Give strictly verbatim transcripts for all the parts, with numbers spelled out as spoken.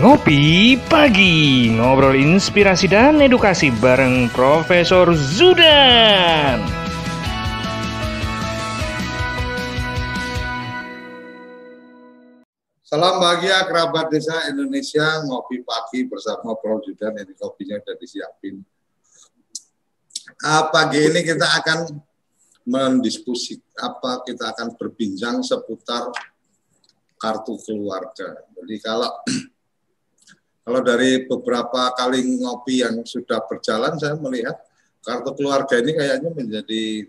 Ngopi Pagi, ngobrol inspirasi dan edukasi bareng Profesor Zudan. Salam bahagia kerabat desa Indonesia, ngopi pagi bersama Prof Zudan. Ini kopinya udah disiapin. Uh, pagi ini kita akan mendiskusi apa kita akan berbincang seputar kartu keluarga. Jadi kalau Kalau dari beberapa kali ngopi yang sudah berjalan, saya melihat kartu keluarga ini kayaknya menjadi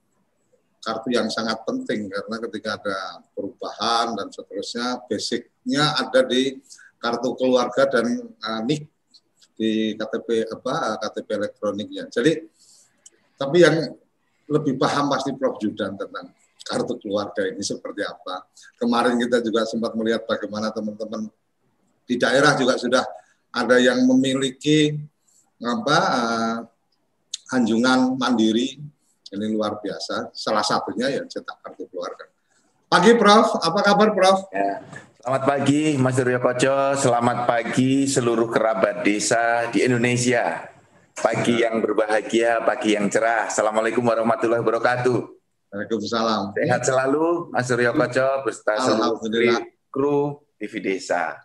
kartu yang sangat penting karena ketika ada perubahan dan seterusnya, basicnya ada di kartu keluarga dan uh, N I K di K T P apa K T P elektroniknya. Jadi, tapi yang lebih paham pasti Prof Zudan tentang kartu keluarga ini seperti apa. Kemarin kita juga sempat melihat bagaimana teman-teman di daerah juga sudah ada yang memiliki apa uh, anjungan mandiri, ini luar biasa. Salah satunya ya cetak kartu keluarga. Pagi Prof, apa kabar Prof? Ya. Selamat pagi Mas Suryo Koco, selamat pagi seluruh kerabat desa di Indonesia. Pagi yang berbahagia, pagi yang cerah. Assalamualaikum warahmatullahi wabarakatuh. Waalaikumsalam. Sehat selalu Mas Suryo Koco beserta seluruh kru T V Desa.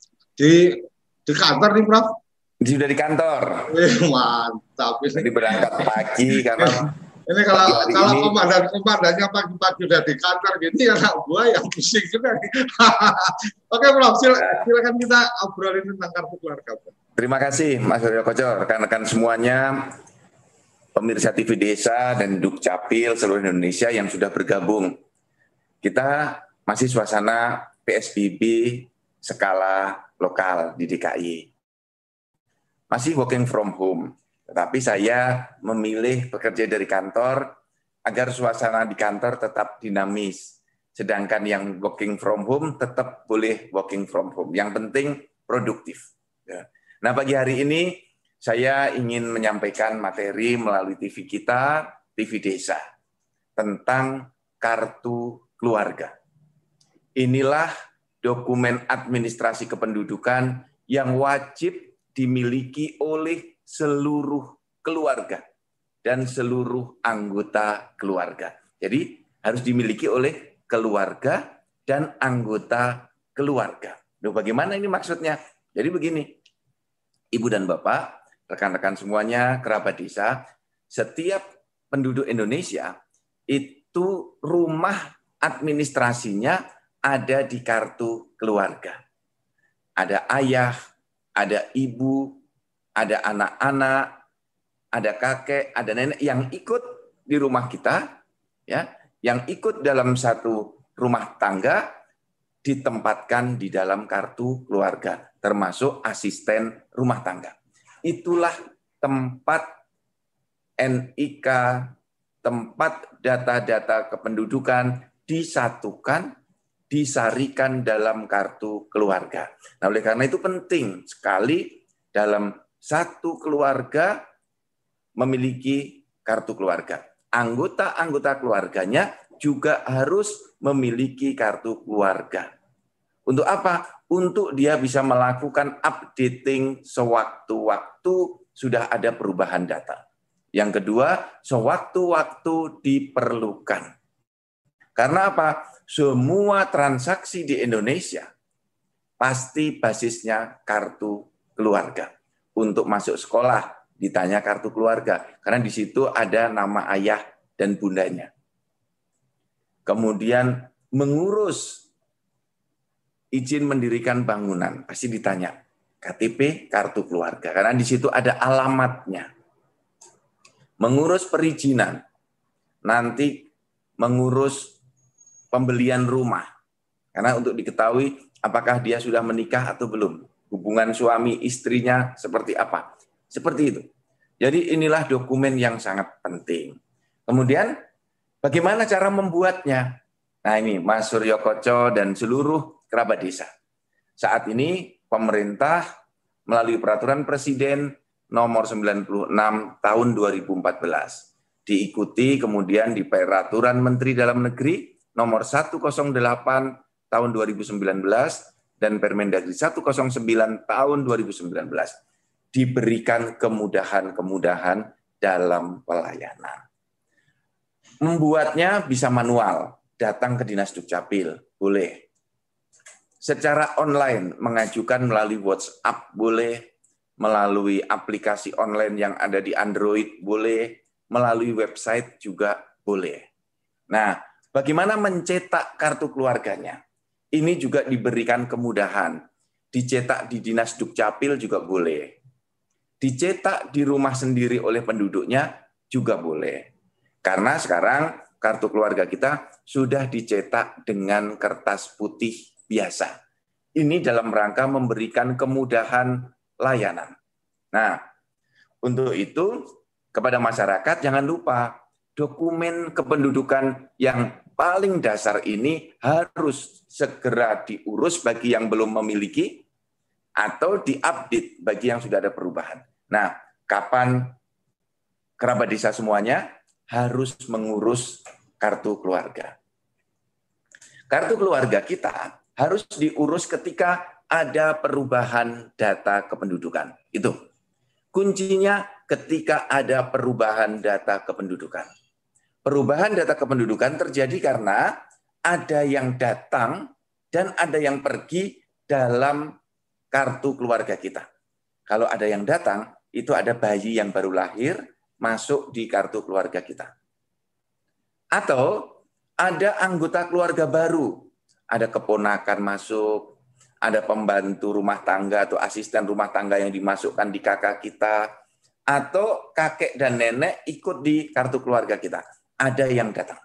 Di di kantor nih Prof? Sudah di kantor. Eh, mantap. Jadi berangkat pagi karena ini kalau pagi kalau ini, komandan komandannya pagi-pagi udah di kantor gini anak buah yang pusing juga. Oke Prof, silakan, silakan kita obrolin tentang kartu keluarga. Terima kasih Mas Suryo Koco, rekan-rekan semuanya, pemirsa T V Desa dan Dukcapil seluruh Indonesia yang sudah bergabung. Kita masih suasana P S B B skala lokal di D K I. Masih working from home, tetapi saya memilih bekerja dari kantor agar suasana di kantor tetap dinamis. Sedangkan yang working from home tetap boleh working from home. Yang penting produktif. Nah pagi hari ini saya ingin menyampaikan materi melalui T V kita, T V Desa, tentang kartu keluarga. Inilah dokumen administrasi kependudukan yang wajib dimiliki oleh seluruh keluarga dan seluruh anggota keluarga. Jadi harus dimiliki oleh keluarga dan anggota keluarga. Loh, bagaimana ini maksudnya? Jadi begini, Ibu dan Bapak, rekan-rekan semuanya, kerabat desa, setiap penduduk Indonesia itu rumah administrasinya ada di kartu keluarga. Ada ayah, ada ibu, ada anak-anak, ada kakek, ada nenek yang ikut di rumah kita, ya, yang ikut dalam satu rumah tangga ditempatkan di dalam kartu keluarga, termasuk asisten rumah tangga. Itulah tempat N I K, tempat data-data kependudukan disatukan, disarikan dalam kartu keluarga. Nah, oleh karena itu penting sekali dalam satu keluarga memiliki kartu keluarga. Anggota-anggota keluarganya juga harus memiliki kartu keluarga. Untuk apa? Untuk dia bisa melakukan updating sewaktu-waktu sudah ada perubahan data. Yang kedua, sewaktu-waktu diperlukan. Karena apa? Semua transaksi di Indonesia pasti basisnya kartu keluarga. Untuk masuk sekolah ditanya kartu keluarga, karena di situ ada nama ayah dan bundanya. Kemudian mengurus izin mendirikan bangunan, pasti ditanya K T P kartu keluarga, karena di situ ada alamatnya. Mengurus perizinan, nanti mengurus pembelian rumah. Karena untuk diketahui apakah dia sudah menikah atau belum. Hubungan suami istrinya seperti apa. Seperti itu. Jadi inilah dokumen yang sangat penting. Kemudian bagaimana cara membuatnya? Nah ini Mas Suryo Koco dan seluruh kerabat desa. Saat ini pemerintah melalui peraturan Presiden nomor sembilan puluh enam tahun dua ribu empat belas. Diikuti kemudian di peraturan Menteri Dalam Negeri nomor seratus delapan tahun dua ribu sembilan belas dan Permendagri seratus sembilan tahun dua ribu sembilan belas diberikan kemudahan-kemudahan dalam pelayanan. Membuatnya bisa manual, datang ke Dinas Dukcapil, boleh. Secara online, mengajukan melalui WhatsApp, boleh. Melalui aplikasi online yang ada di Android, boleh. Melalui website juga boleh. Nah, bagaimana mencetak kartu keluarganya? Ini juga diberikan kemudahan. Dicetak di Dinas Dukcapil juga boleh. Dicetak di rumah sendiri oleh penduduknya juga boleh. Karena sekarang kartu keluarga kita sudah dicetak dengan kertas putih biasa. Ini dalam rangka memberikan kemudahan layanan. Nah, untuk itu kepada masyarakat jangan lupa dokumen kependudukan yang paling dasar ini harus segera diurus bagi yang belum memiliki atau diupdate bagi yang sudah ada perubahan. Nah, kapan kerabat desa semuanya harus mengurus kartu keluarga. Kartu keluarga kita harus diurus ketika ada perubahan data kependudukan. Itu kuncinya ketika ada perubahan data kependudukan. Perubahan data kependudukan terjadi karena ada yang datang dan ada yang pergi dalam kartu keluarga kita. Kalau ada yang datang, itu ada bayi yang baru lahir, masuk di kartu keluarga kita. Atau ada anggota keluarga baru, ada keponakan masuk, ada pembantu rumah tangga atau asisten rumah tangga yang dimasukkan di K K kita, atau kakek dan nenek ikut di kartu keluarga kita. Ada yang datang.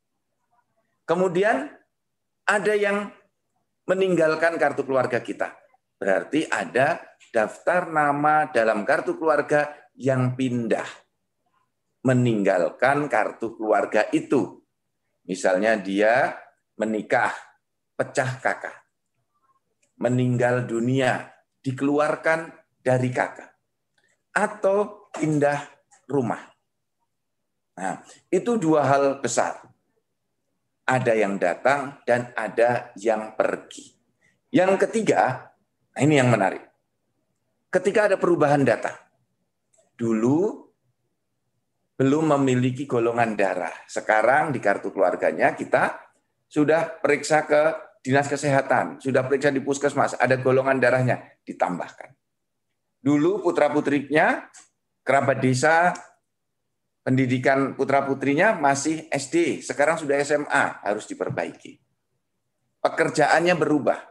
Kemudian ada yang meninggalkan kartu keluarga kita. Berarti ada daftar nama dalam kartu keluarga yang pindah. Meninggalkan kartu keluarga itu. Misalnya dia menikah, pecah kakak. Meninggal dunia, dikeluarkan dari kakak. Atau pindah rumah. Nah, itu dua hal besar. Ada yang datang dan ada yang pergi. Yang ketiga, nah ini yang menarik. Ketika ada perubahan data. Dulu belum memiliki golongan darah. Sekarang di kartu keluarganya kita sudah periksa ke Dinas Kesehatan, sudah periksa di Puskesmas, ada golongan darahnya, ditambahkan. Dulu putra-putrinya, kerabat desa, pendidikan putra-putrinya masih S D, sekarang sudah S M A, harus diperbaiki. Pekerjaannya berubah.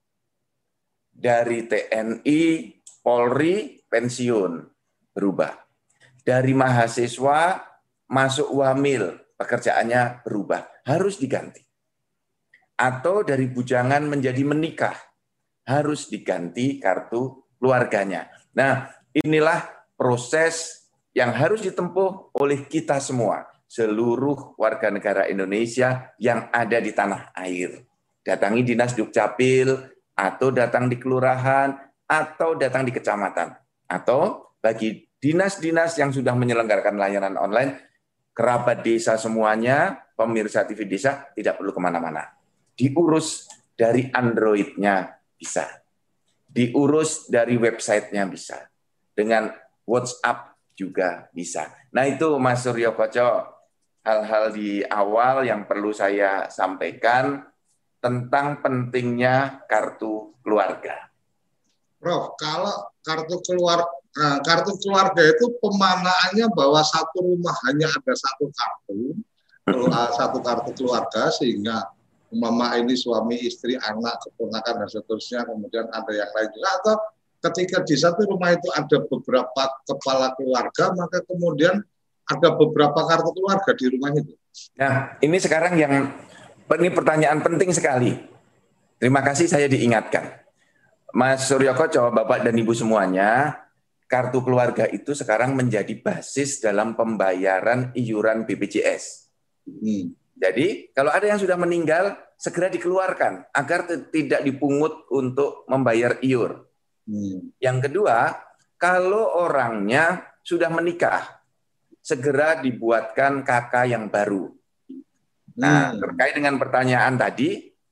Dari T N I, Polri, pensiun, berubah. Dari mahasiswa masuk Wamil, pekerjaannya berubah, harus diganti. Atau dari bujangan menjadi menikah, harus diganti kartu keluarganya. Nah, inilah proses yang harus ditempuh oleh kita semua, seluruh warga negara Indonesia yang ada di tanah air. Datangi Dinas Dukcapil, atau datang di kelurahan, atau datang di kecamatan. Atau bagi dinas-dinas yang sudah menyelenggarakan layanan online, kerabat desa semuanya, pemirsa T V Desa, tidak perlu kemana-mana. Diurus dari Android-nya bisa. Diurus dari website-nya bisa. Dengan WhatsApp juga bisa. Nah itu Mas Suryo Koco, hal-hal di awal yang perlu saya sampaikan tentang pentingnya kartu keluarga. Prof, kalau kartu keluarga, nah, kartu keluarga itu pemanaannya bahwa satu rumah hanya ada satu kartu, satu kartu keluarga, sehingga umpama ini suami, istri, anak, keponakan, dan seterusnya, kemudian ada yang lain juga, atau ketika di satu rumah itu ada beberapa kepala keluarga, maka kemudian ada beberapa kartu keluarga di rumah itu. Nah, ini sekarang yang, ini pertanyaan penting sekali. Terima kasih saya diingatkan. Mas Suryo Koco, Bapak dan Ibu semuanya, kartu keluarga itu sekarang menjadi basis dalam pembayaran iuran B P J S. Hmm. Jadi, kalau ada yang sudah meninggal, segera dikeluarkan agar tidak dipungut untuk membayar iur. Hmm. Yang kedua, kalau orangnya sudah menikah, segera dibuatkan K K yang baru. Nah, hmm. terkait dengan pertanyaan tadi,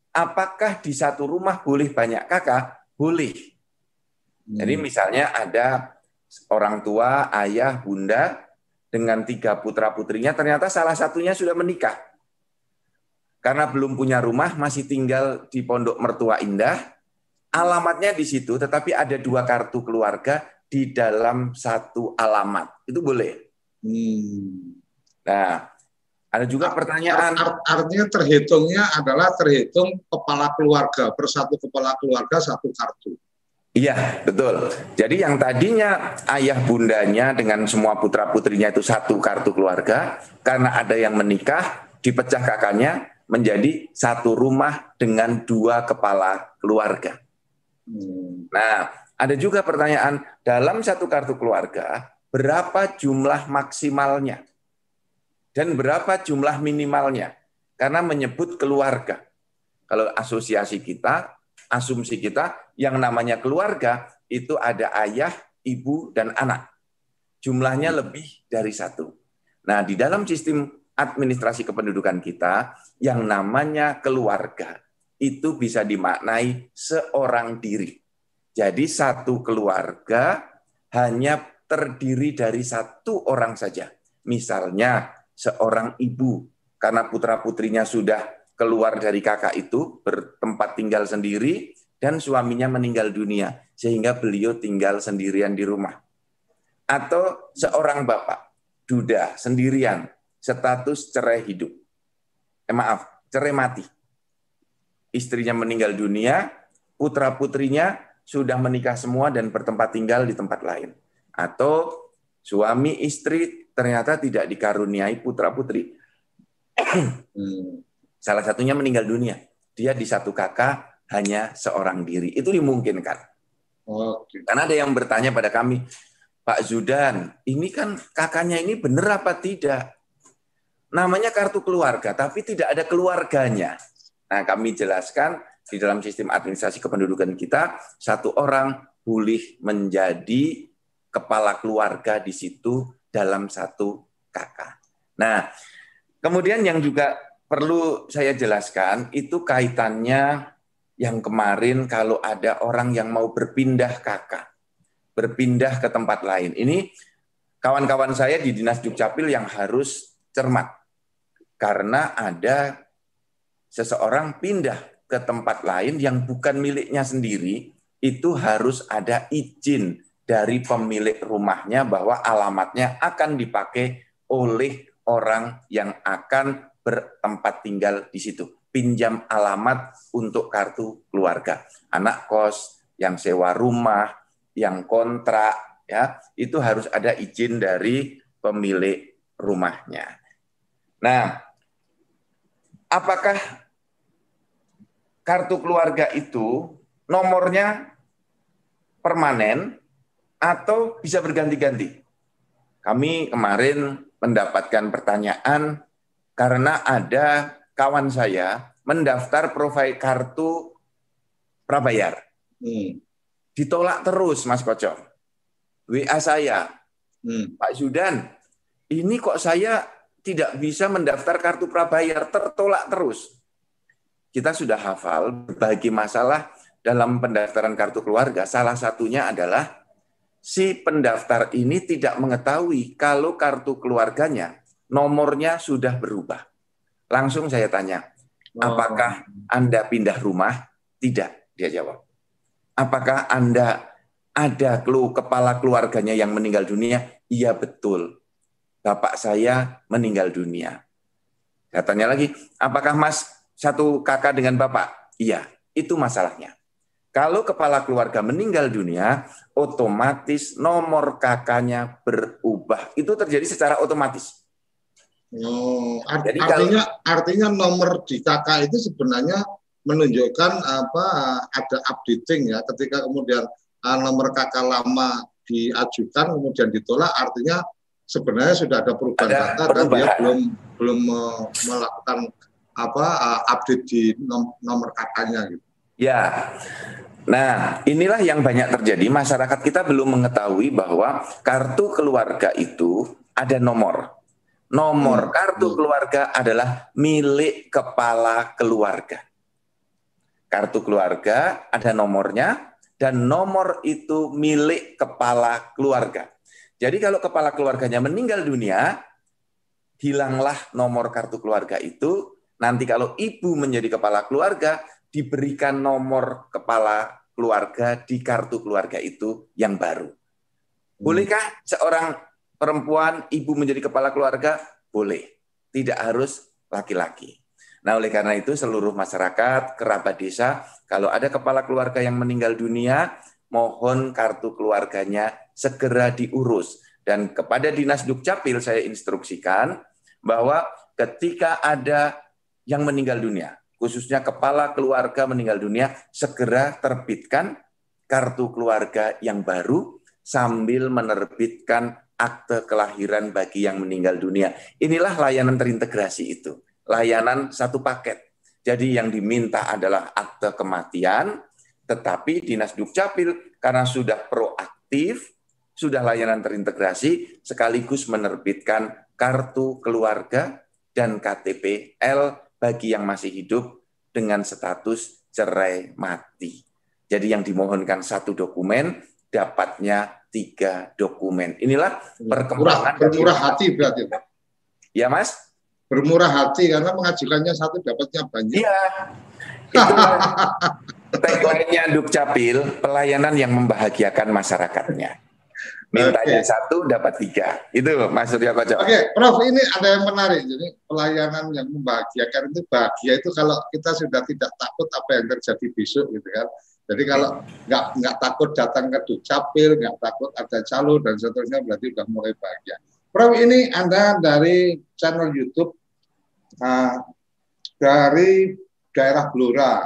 apakah di satu rumah boleh banyak kakak? Boleh. Jadi misalnya ada orang tua, ayah, bunda, dengan tiga putra-putrinya, ternyata salah satunya sudah menikah. Karena belum punya rumah, masih tinggal di Pondok Mertua Indah, alamatnya di situ, tetapi ada dua kartu keluarga di dalam satu alamat. Itu boleh. Hmm. Nah, ada juga pertanyaan. Art, art, artinya terhitungnya adalah terhitung kepala keluarga, persatu kepala keluarga, satu kartu. Iya, betul. Jadi yang tadinya ayah bundanya dengan semua putra-putrinya itu satu kartu keluarga, karena ada yang menikah, dipecah kakaknya menjadi satu rumah dengan dua kepala keluarga. Hmm. Nah, ada juga pertanyaan, dalam satu kartu keluarga, berapa jumlah maksimalnya? Dan berapa jumlah minimalnya? Karena menyebut keluarga. Kalau asosiasi kita, asumsi kita, yang namanya keluarga, itu ada ayah, ibu, dan anak. Jumlahnya lebih dari satu. Nah, di dalam sistem administrasi kependudukan kita, yang namanya keluarga, itu bisa dimaknai seorang diri. Jadi satu keluarga hanya terdiri dari satu orang saja. Misalnya, seorang ibu, karena putra-putrinya sudah keluar dari kakak itu, bertempat tinggal sendiri, dan suaminya meninggal dunia, sehingga beliau tinggal sendirian di rumah. Atau seorang bapak, duda, sendirian, status cerai hidup. Eh, maaf, cerai mati. Istrinya meninggal dunia, putra-putrinya sudah menikah semua dan bertempat tinggal di tempat lain. Atau suami istri ternyata tidak dikaruniai putra-putri. Salah satunya meninggal dunia. Dia di satu kakak hanya seorang diri. Itu dimungkinkan. Oke. Karena ada yang bertanya pada kami, Pak Zudan, ini kan kakaknya ini benar apa tidak? Namanya kartu keluarga, tapi tidak ada keluarganya. Nah, kami jelaskan di dalam sistem administrasi kependudukan kita, satu orang boleh menjadi kepala keluarga di situ dalam satu kakak. Nah, kemudian yang juga perlu saya jelaskan, itu kaitannya yang kemarin kalau ada orang yang mau berpindah kakak, berpindah ke tempat lain. Ini kawan-kawan saya di Dinas Dukcapil yang harus cermat. Karena ada seseorang pindah ke tempat lain yang bukan miliknya sendiri, itu harus ada izin dari pemilik rumahnya bahwa alamatnya akan dipakai oleh orang yang akan bertempat tinggal di situ. Pinjam alamat untuk kartu keluarga. Anak kos, yang sewa rumah, yang kontrak, ya itu harus ada izin dari pemilik rumahnya. Nah, apakah kartu keluarga itu nomornya permanen atau bisa berganti-ganti? Kami kemarin mendapatkan pertanyaan karena ada kawan saya mendaftar profil kartu prabayar. Hmm. Ditolak terus, Mas Koco. W A saya, hmm. Pak Zudan, ini kok saya tidak bisa mendaftar kartu prabayar, tertolak terus. Kita sudah hafal berbagai masalah dalam pendaftaran kartu keluarga. Salah satunya adalah si pendaftar ini tidak mengetahui kalau kartu keluarganya nomornya sudah berubah. Langsung saya tanya, apakah Anda pindah rumah? Tidak, dia jawab. Apakah Anda ada kelu kepala keluarganya yang meninggal dunia? Iya betul, bapak saya meninggal dunia. Saya tanya lagi, apakah Mas satu kakak dengan bapak? Iya, itu masalahnya. Kalau kepala keluarga meninggal dunia, otomatis nomor kakaknya berubah. Itu terjadi secara otomatis. Oh, art Jadi artinya kalau, artinya nomor di kakak itu sebenarnya menunjukkan apa ada updating ya. Ketika kemudian uh, nomor kakak lama diajukan kemudian ditolak, artinya sebenarnya sudah ada perubahan ada data dan dia belum belum uh, melakukan apa uh, update di nom nomor kakaknya gitu. Ya. Nah, inilah yang banyak terjadi. Masyarakat kita belum mengetahui bahwa kartu keluarga itu ada nomor. Nomor hmm. kartu keluarga adalah milik kepala keluarga. kartu keluarga, ada nomornya, dan nomor itu milik kepala keluarga. Jadi kalau kepala keluarganya meninggal dunia, hilanglah nomor kartu keluarga itu. Nanti kalau ibu menjadi kepala keluarga, diberikan nomor kepala keluarga di kartu keluarga itu yang baru. Bolehkah seorang perempuan ibu menjadi kepala keluarga? Boleh. Tidak harus laki-laki. Nah, oleh karena itu seluruh masyarakat, kerabat desa, kalau ada kepala keluarga yang meninggal dunia, mohon kartu keluarganya segera diurus. Dan kepada Dinas Dukcapil saya instruksikan bahwa ketika ada yang meninggal dunia, khususnya kepala keluarga meninggal dunia, segera terbitkan kartu keluarga yang baru sambil menerbitkan akte kelahiran bagi yang meninggal dunia. Inilah layanan terintegrasi itu. Layanan satu paket. Jadi yang diminta adalah akte kematian, tetapi Dinas Dukcapil karena sudah proaktif, sudah layanan terintegrasi, sekaligus menerbitkan kartu keluarga dan K T P L bagi yang masih hidup dengan status cerai mati. Jadi yang dimohonkan satu dokumen, dapatnya tiga dokumen. Inilah perkembangan. Bermurah hati berarti, Pak. Ya, Mas? Bermurah hati karena mengajukannya satu dapatnya banyak. Iya. Itu tagline-nya Dukcapil, pelayanan yang membahagiakan masyarakatnya. Mintanya okay. satu, dapat tiga. Itu Mas Surya Koco. Oke, okay, Prof, ini ada yang menarik. Jadi pelayanan yang membahagiakan itu, bahagia itu kalau kita sudah tidak takut apa yang terjadi besok gitu kan. Jadi kalau nggak nggak takut datang ke Dukcapil, nggak takut ada calo dan seterusnya, berarti sudah mulai bahagia. Prof, ini Anda dari channel YouTube uh, dari daerah Blora.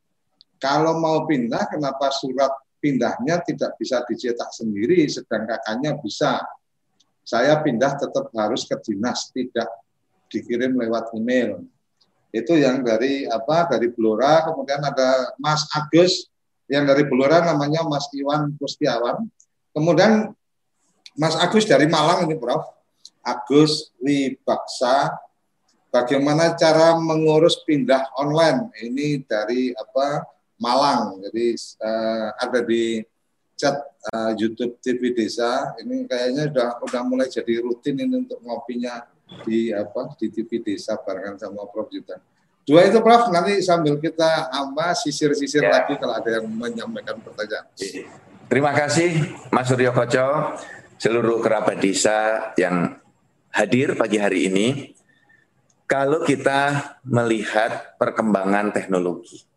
Kalau mau pindah, kenapa surat pindahnya tidak bisa dicetak sendiri, sedang kakaknya bisa? Saya pindah tetap harus ke dinas, tidak dikirim lewat email. Itu yang dari apa? Dari Blora. Kemudian ada Mas Agus yang dari Blora, namanya Mas Iwan Kustiawan. Kemudian Mas Agus dari Malang ini, Prof. Agus Wibaksa. Bagaimana cara mengurus pindah online? Ini dari apa? Malang. Jadi uh, ada di chat uh, YouTube T V Desa. Ini kayaknya sudah udah mulai jadi rutin ini untuk ngopinya di apa di T V Desa barengan sama Prof Judan. Dua itu, Prof, nanti sambil kita apa sisir-sisir ya. Lagi kalau ada yang menyampaikan pertanyaan. Terima kasih Mas Surya Koco, seluruh kerabat desa yang hadir pagi hari ini. Kalau kita melihat perkembangan teknologi,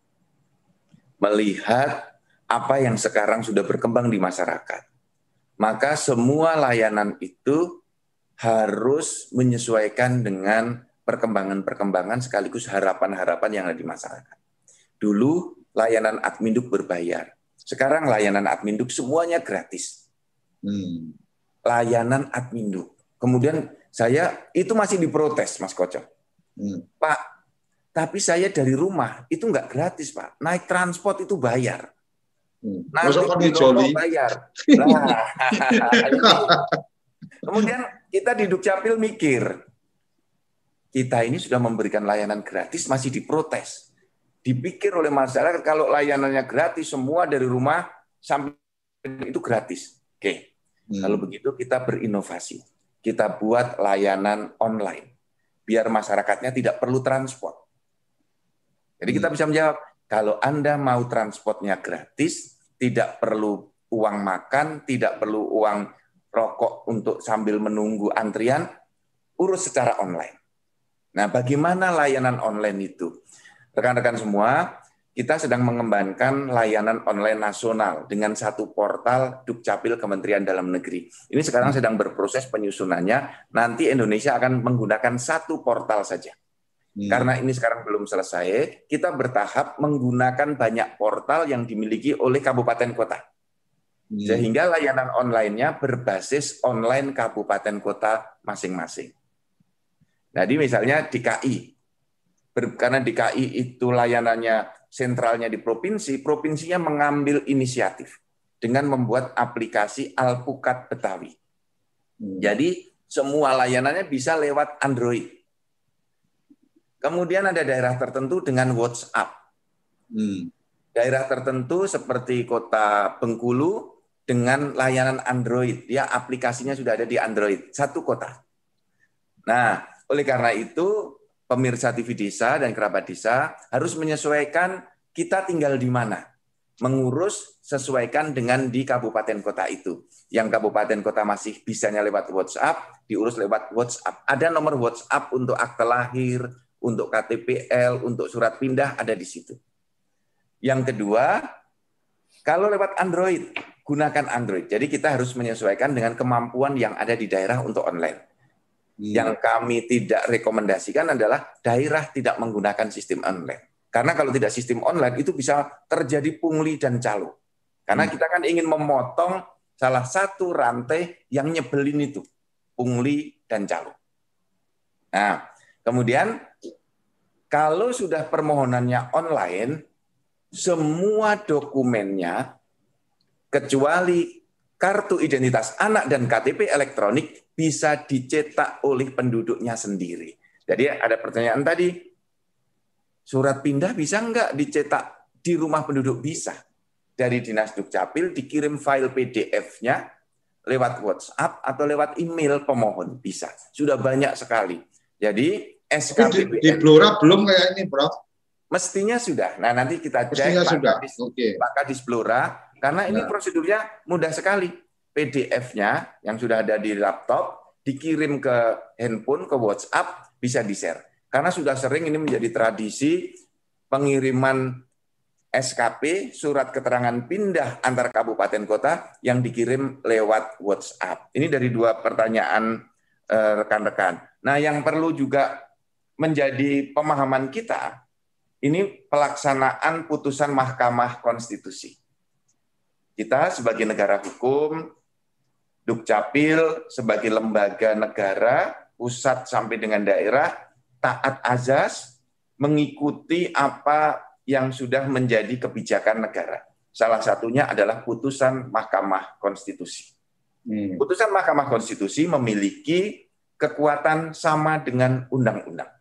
melihat apa yang sekarang sudah berkembang di masyarakat, maka semua layanan itu harus menyesuaikan dengan perkembangan-perkembangan sekaligus harapan-harapan yang ada di masyarakat. Dulu layanan Adminduk berbayar, sekarang layanan Adminduk semuanya gratis. Hmm. Layanan Adminduk. Kemudian saya itu masih diprotes, Mas Koco. Hmm. Pak, tapi saya dari rumah itu nggak gratis, Pak. Naik transport itu bayar. Hmm. Nanti di rumah bayar. Nah, kemudian kita di Dukcapil mikir, kita ini sudah memberikan layanan gratis masih diprotes. Dipikir oleh masyarakat kalau layanannya gratis semua dari rumah sampai itu gratis. Oke. Hmm. Kalau begitu kita berinovasi. Kita buat layanan online biar masyarakatnya tidak perlu transport. Jadi kita bisa menjawab, kalau Anda mau transportnya gratis, tidak perlu uang makan, tidak perlu uang rokok untuk sambil menunggu antrian, urus secara online. Nah, bagaimana layanan online itu? Rekan-rekan semua, kita sedang mengembangkan layanan online nasional dengan satu portal Dukcapil Kementerian Dalam Negeri. Ini sekarang sedang berproses penyusunannya, nanti Indonesia akan menggunakan satu portal saja. Hmm. Karena ini sekarang belum selesai, kita bertahap menggunakan banyak portal yang dimiliki oleh kabupaten kota. Hmm. Sehingga layanan online-nya berbasis online kabupaten kota masing-masing. Jadi misalnya di K I, karena di K I itu layanannya sentralnya di provinsi, provinsinya mengambil inisiatif dengan membuat aplikasi Alpukat Betawi. Hmm. Jadi semua layanannya bisa lewat Android. Kemudian ada daerah tertentu dengan WhatsApp. Hmm. daerah tertentu seperti kota Bengkulu dengan layanan Android, ya aplikasinya sudah ada di Android, satu kota. Nah, oleh karena itu pemirsa T V Desa dan kerabat desa harus menyesuaikan kita tinggal di mana. Mengurus sesuaikan dengan di kabupaten kota itu. Yang kabupaten kota masih bisanya lewat WhatsApp, diurus lewat WhatsApp. Ada nomor WhatsApp untuk akte lahir, untuk K T P L, untuk surat pindah, ada di situ. Yang kedua, kalau lewat Android, gunakan Android. Jadi kita harus menyesuaikan dengan kemampuan yang ada di daerah untuk online. Yang kami tidak rekomendasikan adalah daerah tidak menggunakan sistem online. Karena kalau tidak sistem online itu bisa terjadi pungli dan calo. Karena kita kan ingin memotong salah satu rantai yang nyebelin itu, pungli dan calo. Nah, kemudian kalau sudah permohonannya online, semua dokumennya kecuali kartu identitas anak dan K T P elektronik bisa dicetak oleh penduduknya sendiri. Jadi ada pertanyaan tadi, surat pindah bisa enggak dicetak di rumah penduduk? Bisa. Dari Dinas Dukcapil dikirim file P D F-nya lewat WhatsApp atau lewat email pemohon. Bisa. Sudah banyak sekali. Jadi S K P B N di, di Blora belum kayak ini, Bro? Mestinya sudah. Nah, nanti kita cek Mestinya Pak sudah. Kadis, Oke. Pak Kadis Blora, karena ini Ya. prosedurnya mudah sekali. P D F-nya yang sudah ada di laptop, dikirim ke handphone, ke WhatsApp, bisa di-share. Karena sudah sering ini menjadi tradisi pengiriman S K P, surat keterangan pindah antar kabupaten kota yang dikirim lewat WhatsApp. Ini dari dua pertanyaan eh, rekan-rekan. Nah, yang perlu juga menjadi pemahaman kita, ini pelaksanaan putusan Mahkamah Konstitusi. Kita sebagai negara hukum, Dukcapil sebagai lembaga negara, pusat sampai dengan daerah, taat azas, mengikuti apa yang sudah menjadi kebijakan negara. Salah satunya adalah putusan Mahkamah Konstitusi. Hmm. Putusan Mahkamah Konstitusi memiliki kekuatan sama dengan undang-undang.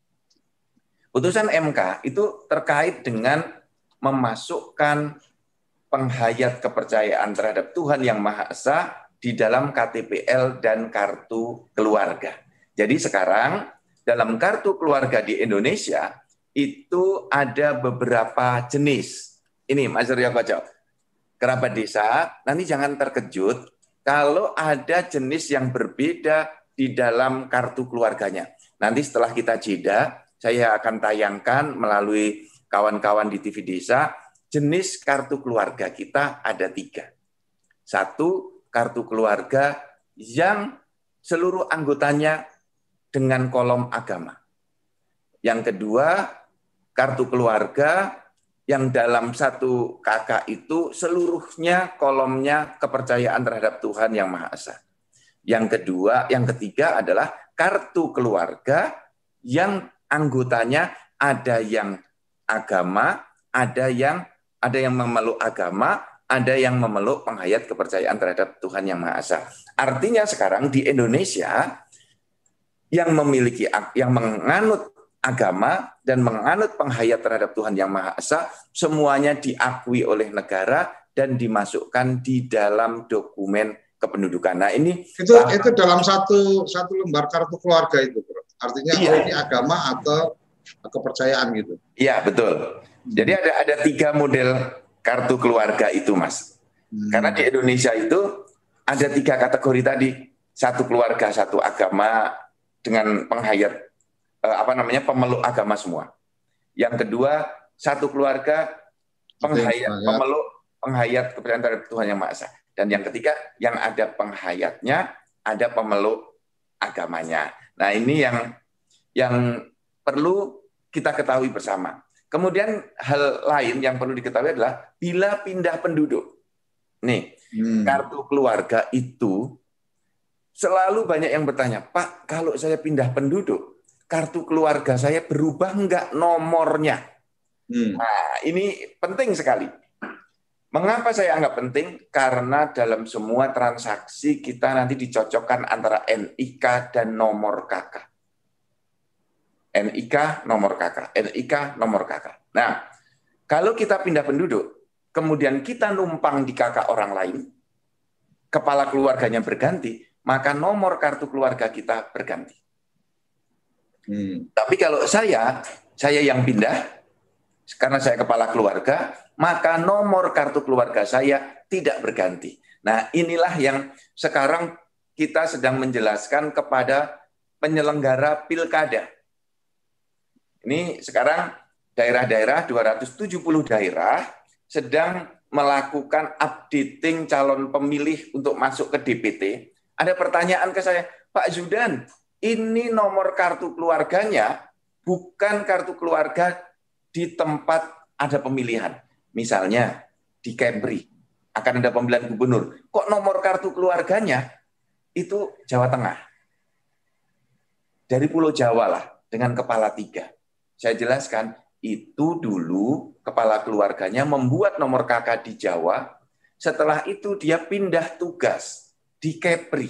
Putusan M K itu terkait dengan memasukkan penghayat kepercayaan terhadap Tuhan Yang Maha Esa di dalam K T P L dan kartu keluarga. Jadi sekarang dalam kartu keluarga di Indonesia itu ada beberapa jenis. Ini Mas Surya Koco, kerabat desa, nanti jangan terkejut kalau ada jenis yang berbeda di dalam kartu keluarganya. Nanti setelah kita jeda, saya akan tayangkan melalui kawan-kawan di T V Desa, jenis kartu keluarga kita ada tiga. Satu, kartu keluarga yang seluruh anggotanya dengan kolom agama. Yang kedua, kartu keluarga yang dalam satu K K itu seluruhnya kolomnya kepercayaan terhadap Tuhan Yang Maha Esa. Yang kedua, yang ketiga adalah kartu keluarga yang anggotanya ada yang agama, ada yang ada yang memeluk agama, ada yang memeluk penghayat kepercayaan terhadap Tuhan Yang Maha Esa. Artinya sekarang di Indonesia yang memiliki yang menganut agama dan menganut penghayat terhadap Tuhan Yang Maha Esa semuanya diakui oleh negara dan dimasukkan di dalam dokumen kependudukan. Nah, ini itu bah, itu dalam satu satu lembar kartu keluarga itu, Bro. Artinya iya. Oh, ini agama atau kepercayaan gitu. Iya, betul. Jadi ada ada tiga model kartu keluarga itu, Mas. Hmm. Karena di Indonesia itu ada tiga kategori tadi. Satu keluarga, satu agama dengan penghayat eh, apa namanya pemeluk agama semua. Yang kedua, satu keluarga penghayat pemeluk penghayat kepercayaan terhadap Tuhan Yang Maha Esa. Dan yang ketiga, yang ada penghayatnya, ada pemeluk agamanya. Nah, ini yang yang perlu kita ketahui bersama. Kemudian hal lain yang perlu diketahui adalah bila pindah penduduk. Nih, hmm. kartu keluarga itu selalu banyak yang bertanya, Pak, kalau saya pindah penduduk, kartu keluarga saya berubah enggak nomornya? Hmm. Nah, ini penting sekali. Mengapa saya anggap penting? Karena dalam semua transaksi kita nanti dicocokkan antara N I K dan nomor K K. N I K, nomor K K. N I K, nomor K K. Nah, Kalau kita pindah penduduk, kemudian kita numpang di K K orang lain, kepala keluarganya berganti, maka nomor kartu keluarga kita berganti. Hmm. Tapi kalau saya, saya yang pindah, karena saya kepala keluarga, maka nomor kartu keluarga saya tidak berganti. Nah, inilah yang sekarang kita sedang menjelaskan kepada penyelenggara pilkada. Ini sekarang daerah-daerah, dua ratus tujuh puluh daerah, sedang melakukan updating calon pemilih untuk masuk ke D P T. Ada pertanyaan ke saya, Pak Zudan, ini nomor kartu keluarganya bukan kartu keluarga di tempat ada pemilihan. Misalnya di Kepri akan ada pemilihan gubernur. Kok nomor kartu keluarganya itu Jawa Tengah? Dari Pulau Jawa lah, dengan kepala tiga. Saya jelaskan, itu dulu kepala keluarganya membuat nomor K K di Jawa, setelah itu dia pindah tugas di Kepri.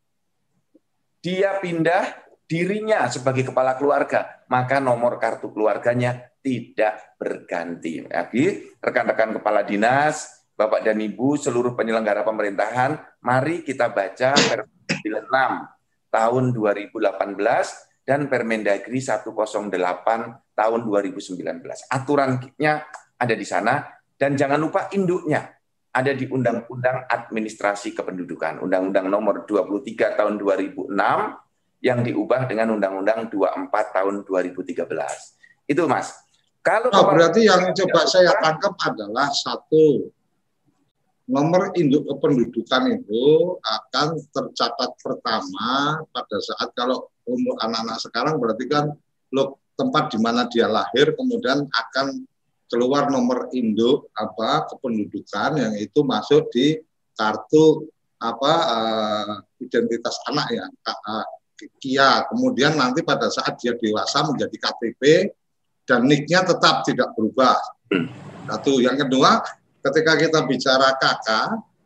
Dia pindah dirinya sebagai kepala keluarga, maka nomor kartu keluarganya tidak berganti. Lagi, rekan-rekan kepala dinas, Bapak dan Ibu, seluruh penyelenggara pemerintahan, mari kita baca Permen sembilan puluh enam tahun dua ribu delapan belas dan Permendagri seratus delapan tahun dua ribu sembilan belas. Aturannya ada di sana, dan jangan lupa induknya ada di Undang-Undang Administrasi Kependudukan, Undang-Undang Nomor dua puluh tiga tahun dua ribu enam yang diubah dengan Undang-Undang dua puluh empat tahun dua ribu tiga belas. Itu, Mas. Kalau oh, berarti yang coba saya tangkap adalah satu, nomor induk kependudukan itu akan tercatat pertama pada saat, kalau untuk anak-anak sekarang berarti kan lo tempat di mana dia lahir, kemudian akan keluar nomor induk apa kependudukan yang itu masuk di kartu apa uh, identitas anak ya, uh, KIA. Kemudian nanti pada saat dia dewasa menjadi K T P dan N I K-nya tetap tidak berubah. Satu. Yang kedua, ketika kita bicara K K,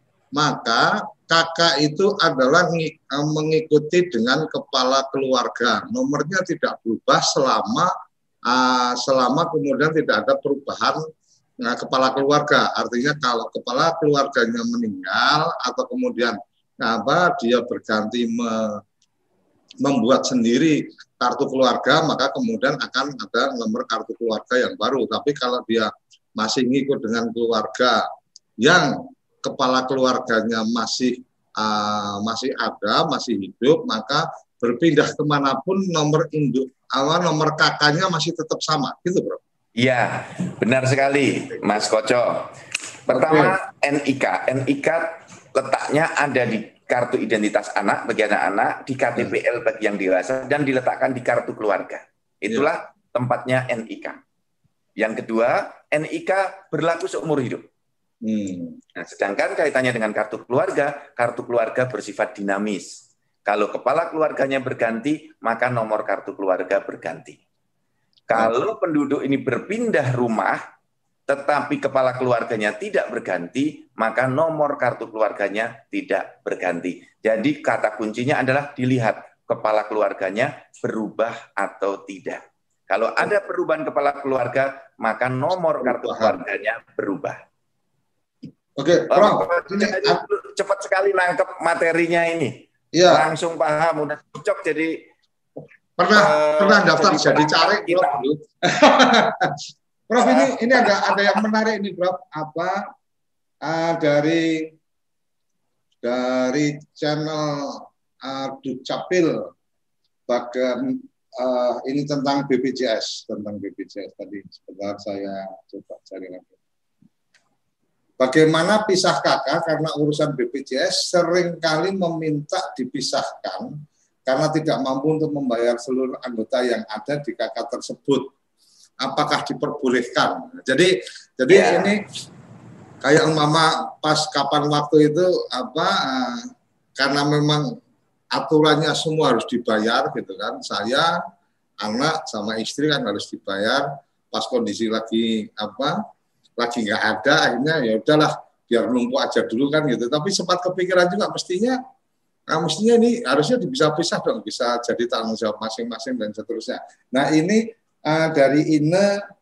maka K K itu adalah mengikuti dengan kepala keluarga. Nomornya tidak berubah selama uh, selama kemudian tidak ada perubahan uh, kepala keluarga. Artinya kalau kepala keluarganya meninggal atau kemudian apa dia berganti me, membuat sendiri kartu keluarga, maka kemudian akan ada nomor kartu keluarga yang baru. Tapi kalau dia masih ngikut dengan keluarga yang kepala keluarganya masih uh, masih ada, masih hidup, maka berpindah kemanapun nomor induk, awal nomor K K-nya masih tetap sama, gitu, Bro? Iya, benar sekali, Mas Koco. Pertama, okay. N I K. N I K letaknya ada di kartu identitas anak bagi anak-anak, di K T P L bagi yang dewasa, dan diletakkan di kartu keluarga. Itulah yeah. tempatnya N I K. Yang kedua, N I K berlaku seumur hidup. Hmm. Nah, sedangkan kaitannya dengan kartu keluarga, kartu keluarga bersifat dinamis. Kalau kepala keluarganya berganti, maka nomor kartu keluarga berganti. Kalau penduduk ini berpindah rumah, tetapi kepala keluarganya tidak berganti, maka nomor kartu keluarganya tidak berganti. Jadi kata kuncinya adalah dilihat kepala keluarganya berubah atau tidak. Kalau ada perubahan kepala keluarga, maka nomor kartu keluarganya berubah. Oke, Prof. Ini cepat sekali nangkep materinya ini. Ya. Langsung paham, udah cocok jadi. Pernah uh, pernah daftar jadi caleg, Prof. Prof, ini ini ada ada yang menarik ini, Prof. Apa uh, dari dari channel uh, Dukcapil bagian uh, ini tentang B P J S, tentang B P J S tadi. Sebentar saya coba cari lagi. Bagaimana pisah K K karena urusan B P J S seringkali meminta dipisahkan karena tidak mampu untuk membayar seluruh anggota yang ada di K K tersebut. Apakah diperbolehkan? Jadi jadi yeah. ini kayak umpama pas kapan waktu itu apa uh, karena memang aturannya semua harus dibayar gitu kan. Saya, anak sama istri kan harus dibayar. Pas kondisi lagi apa lagi nggak ada, akhirnya ya udahlah biar numpuk aja dulu kan gitu. Tapi sempat kepikiran juga mestinya nah, mestinya ini harusnya bisa pisah dong, bisa jadi tanggung jawab masing-masing dan seterusnya. Nah ini uh, dari Ine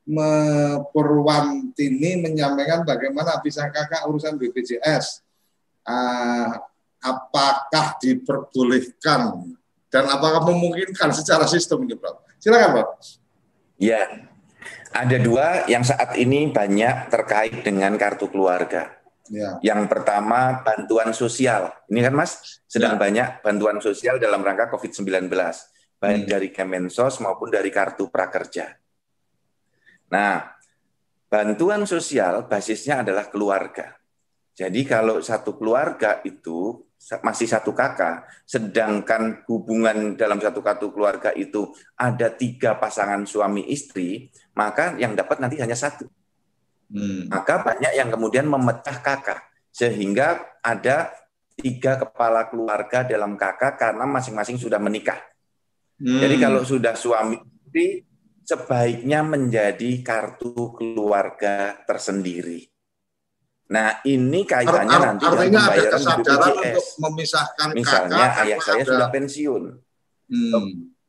Purwantini menyampaikan bagaimana bisa kakak urusan B P J S. Uh, apakah diperbolehkan dan apakah memungkinkan secara sistem ini, Prof? Silakan, Prof. Ya, ada dua yang saat ini banyak terkait dengan kartu keluarga. Ya. Yang pertama bantuan sosial. Ini kan Mas sedang ya. banyak bantuan sosial dalam rangka covid sembilan belas, baik hmm. dari Kemensos maupun dari kartu prakerja. Nah, bantuan sosial basisnya adalah keluarga. Jadi kalau satu keluarga itu masih satu kakak, sedangkan hubungan dalam satu kartu keluarga itu ada tiga pasangan suami istri, maka yang dapat nanti hanya satu. Hmm. Maka banyak yang kemudian memecah kakak, sehingga ada tiga kepala keluarga dalam kakak karena masing-masing sudah menikah. Hmm. Jadi kalau sudah suami istri, sebaiknya menjadi kartu keluarga tersendiri. Nah, ini kaitannya Ar nanti dengan pembayaran B P J S. Untuk memisahkan misalnya kakak, ayah saya ada... sudah pensiun. Hmm.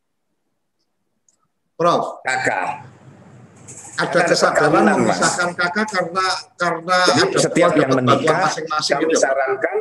Prof, kakak. Ada kesadaran memisahkan kakak karena karena Jadi, ada setiap yang menikah masing-masing kami gitu. sarankan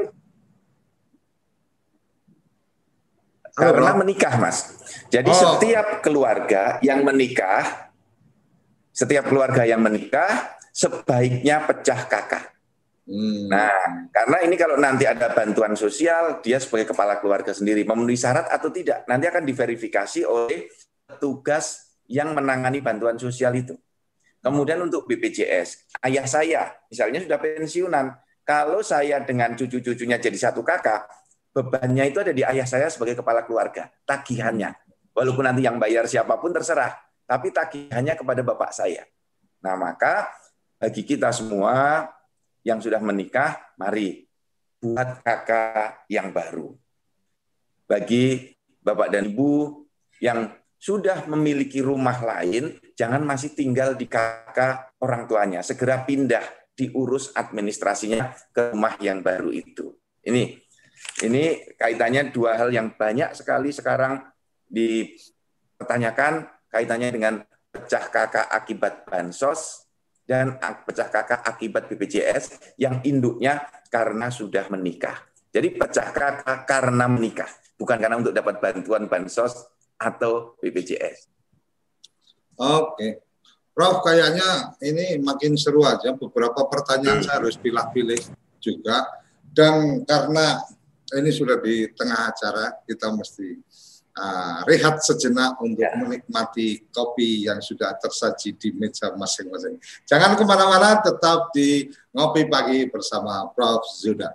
Halo, karena Prof. menikah, Mas. Jadi oh. setiap keluarga yang menikah, setiap keluarga yang menikah sebaiknya pecah kakak. Hmm. Nah, karena ini kalau nanti ada bantuan sosial, dia sebagai kepala keluarga sendiri memenuhi syarat atau tidak, nanti akan diverifikasi oleh petugas yang menangani bantuan sosial itu. Kemudian untuk B P J S, ayah saya misalnya sudah pensiunan, kalau saya dengan cucu-cucunya jadi satu kakak, bebannya itu ada di ayah saya sebagai kepala keluarga, tagihannya. Walaupun nanti yang bayar siapapun terserah, tapi tagihannya kepada bapak saya. Nah, maka bagi kita semua yang sudah menikah, mari buat kakak yang baru. Bagi bapak dan ibu yang sudah memiliki rumah lain, jangan masih tinggal di kakak orang tuanya. Segera pindah, diurus administrasinya ke rumah yang baru itu. Ini, ini kaitannya dua hal yang banyak sekali sekarang dipertanyakan, kaitannya dengan pecah kakak akibat bansos, dan pecah kakak akibat B P J S yang induknya karena sudah menikah. Jadi pecah kakak karena menikah, bukan karena untuk dapat bantuan bansos atau B P J S. Oke, Prof, kayaknya ini makin seru aja. Beberapa pertanyaan hmm. saya harus pilih-pilih juga. Dan karena ini sudah di tengah acara, kita mesti Uh, rehat sejenak untuk ya. menikmati kopi yang sudah tersaji di meja masing-masing. Jangan kemana-mana, tetap di Ngopi Pagi bersama Prof Zudan.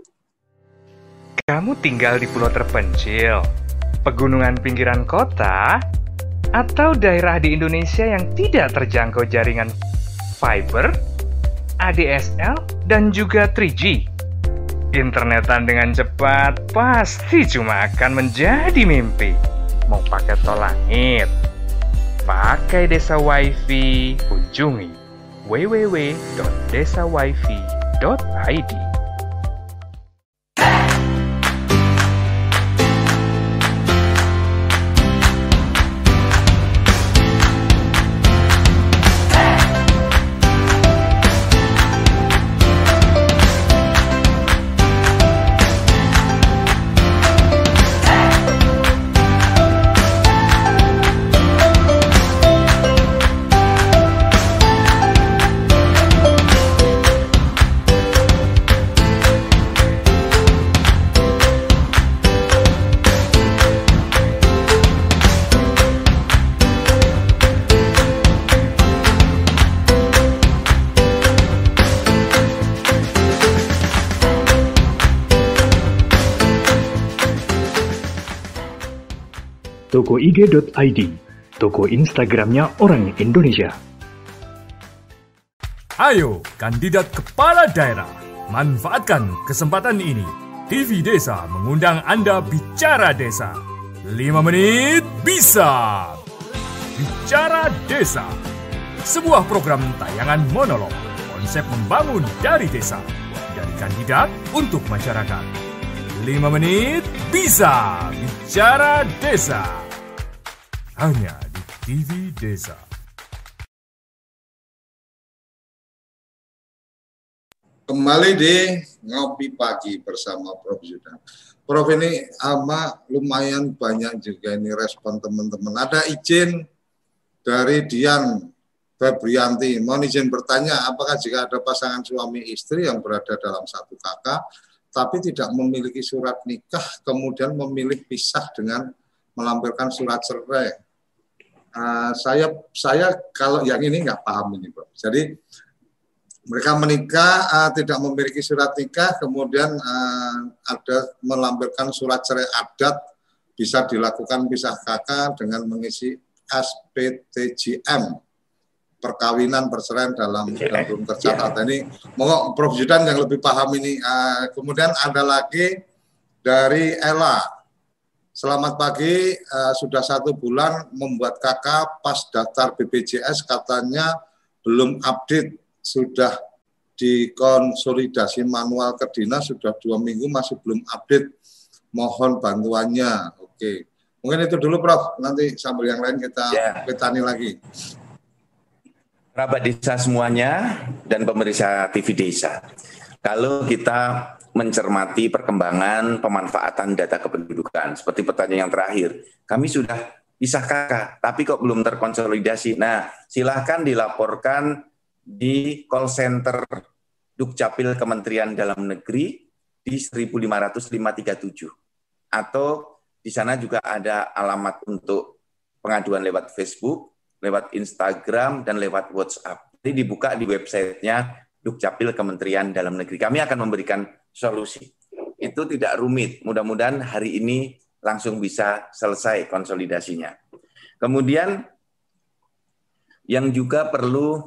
Kamu tinggal di pulau terpencil, pegunungan pinggiran kota, atau daerah di Indonesia yang tidak terjangkau jaringan fiber, A D S L, dan juga tiga G. Internetan dengan cepat pasti cuma akan menjadi mimpi. Mau pakai tol langit, pakai Desa Wifi, kunjungi w w w dot desa wifi dot i d. Toko I G dot I D, toko Instagramnya orang Indonesia. Ayo, kandidat kepala daerah, manfaatkan kesempatan ini. T V Desa mengundang Anda bicara desa. lima menit bisa. Bicara Desa, sebuah program tayangan monolog, konsep membangun dari desa, dari kandidat untuk masyarakat. lima menit bisa. Bicara Desa. Hanya di T V Desa. Kembali di Ngopi Pagi bersama Prof Zudan. Prof ini ama lumayan banyak juga ini respon teman-teman. Ada izin dari Dian Febrianti. Mohon izin bertanya, apakah jika ada pasangan suami istri yang berada dalam satu kakak, tapi tidak memiliki surat nikah, kemudian memilih pisah dengan melampirkan surat cerai? Uh, saya saya kalau yang ini nggak paham ini, Prof. Jadi mereka menikah, uh, tidak memiliki surat nikah, kemudian uh, ada melampirkan surat cerai adat, bisa dilakukan pisah kakak dengan mengisi S P T J M, perkawinan perceraian dalam belum tercatat. Ini mau Prof Zudan yang lebih paham ini. Uh, kemudian ada lagi dari Ella. Selamat pagi, uh, sudah satu bulan membuat kakak pas daftar B P J S katanya belum update. Sudah dikonsolidasi manual ke dinas, sudah dua minggu masih belum update, mohon bantuannya. Oke, mungkin itu dulu Prof, nanti sambil yang lain kita ya. petani lagi. Kerabat desa semuanya dan pemirsa T V Desa, kalau kita mencermati perkembangan pemanfaatan data kependudukan, seperti pertanyaan yang terakhir, kami sudah pisah kakak, tapi kok belum terkonsolidasi. Nah, silahkan dilaporkan di call center Dukcapil Kementerian Dalam Negeri di seribu lima ratus lima tiga tujuh, atau di sana juga ada alamat untuk pengaduan lewat Facebook, lewat Instagram, dan lewat WhatsApp. Jadi dibuka di websitenya Dukcapil Kementerian Dalam Negeri. Kami akan memberikan solusi. Itu tidak rumit. Mudah-mudahan hari ini langsung bisa selesai konsolidasinya. Kemudian yang juga perlu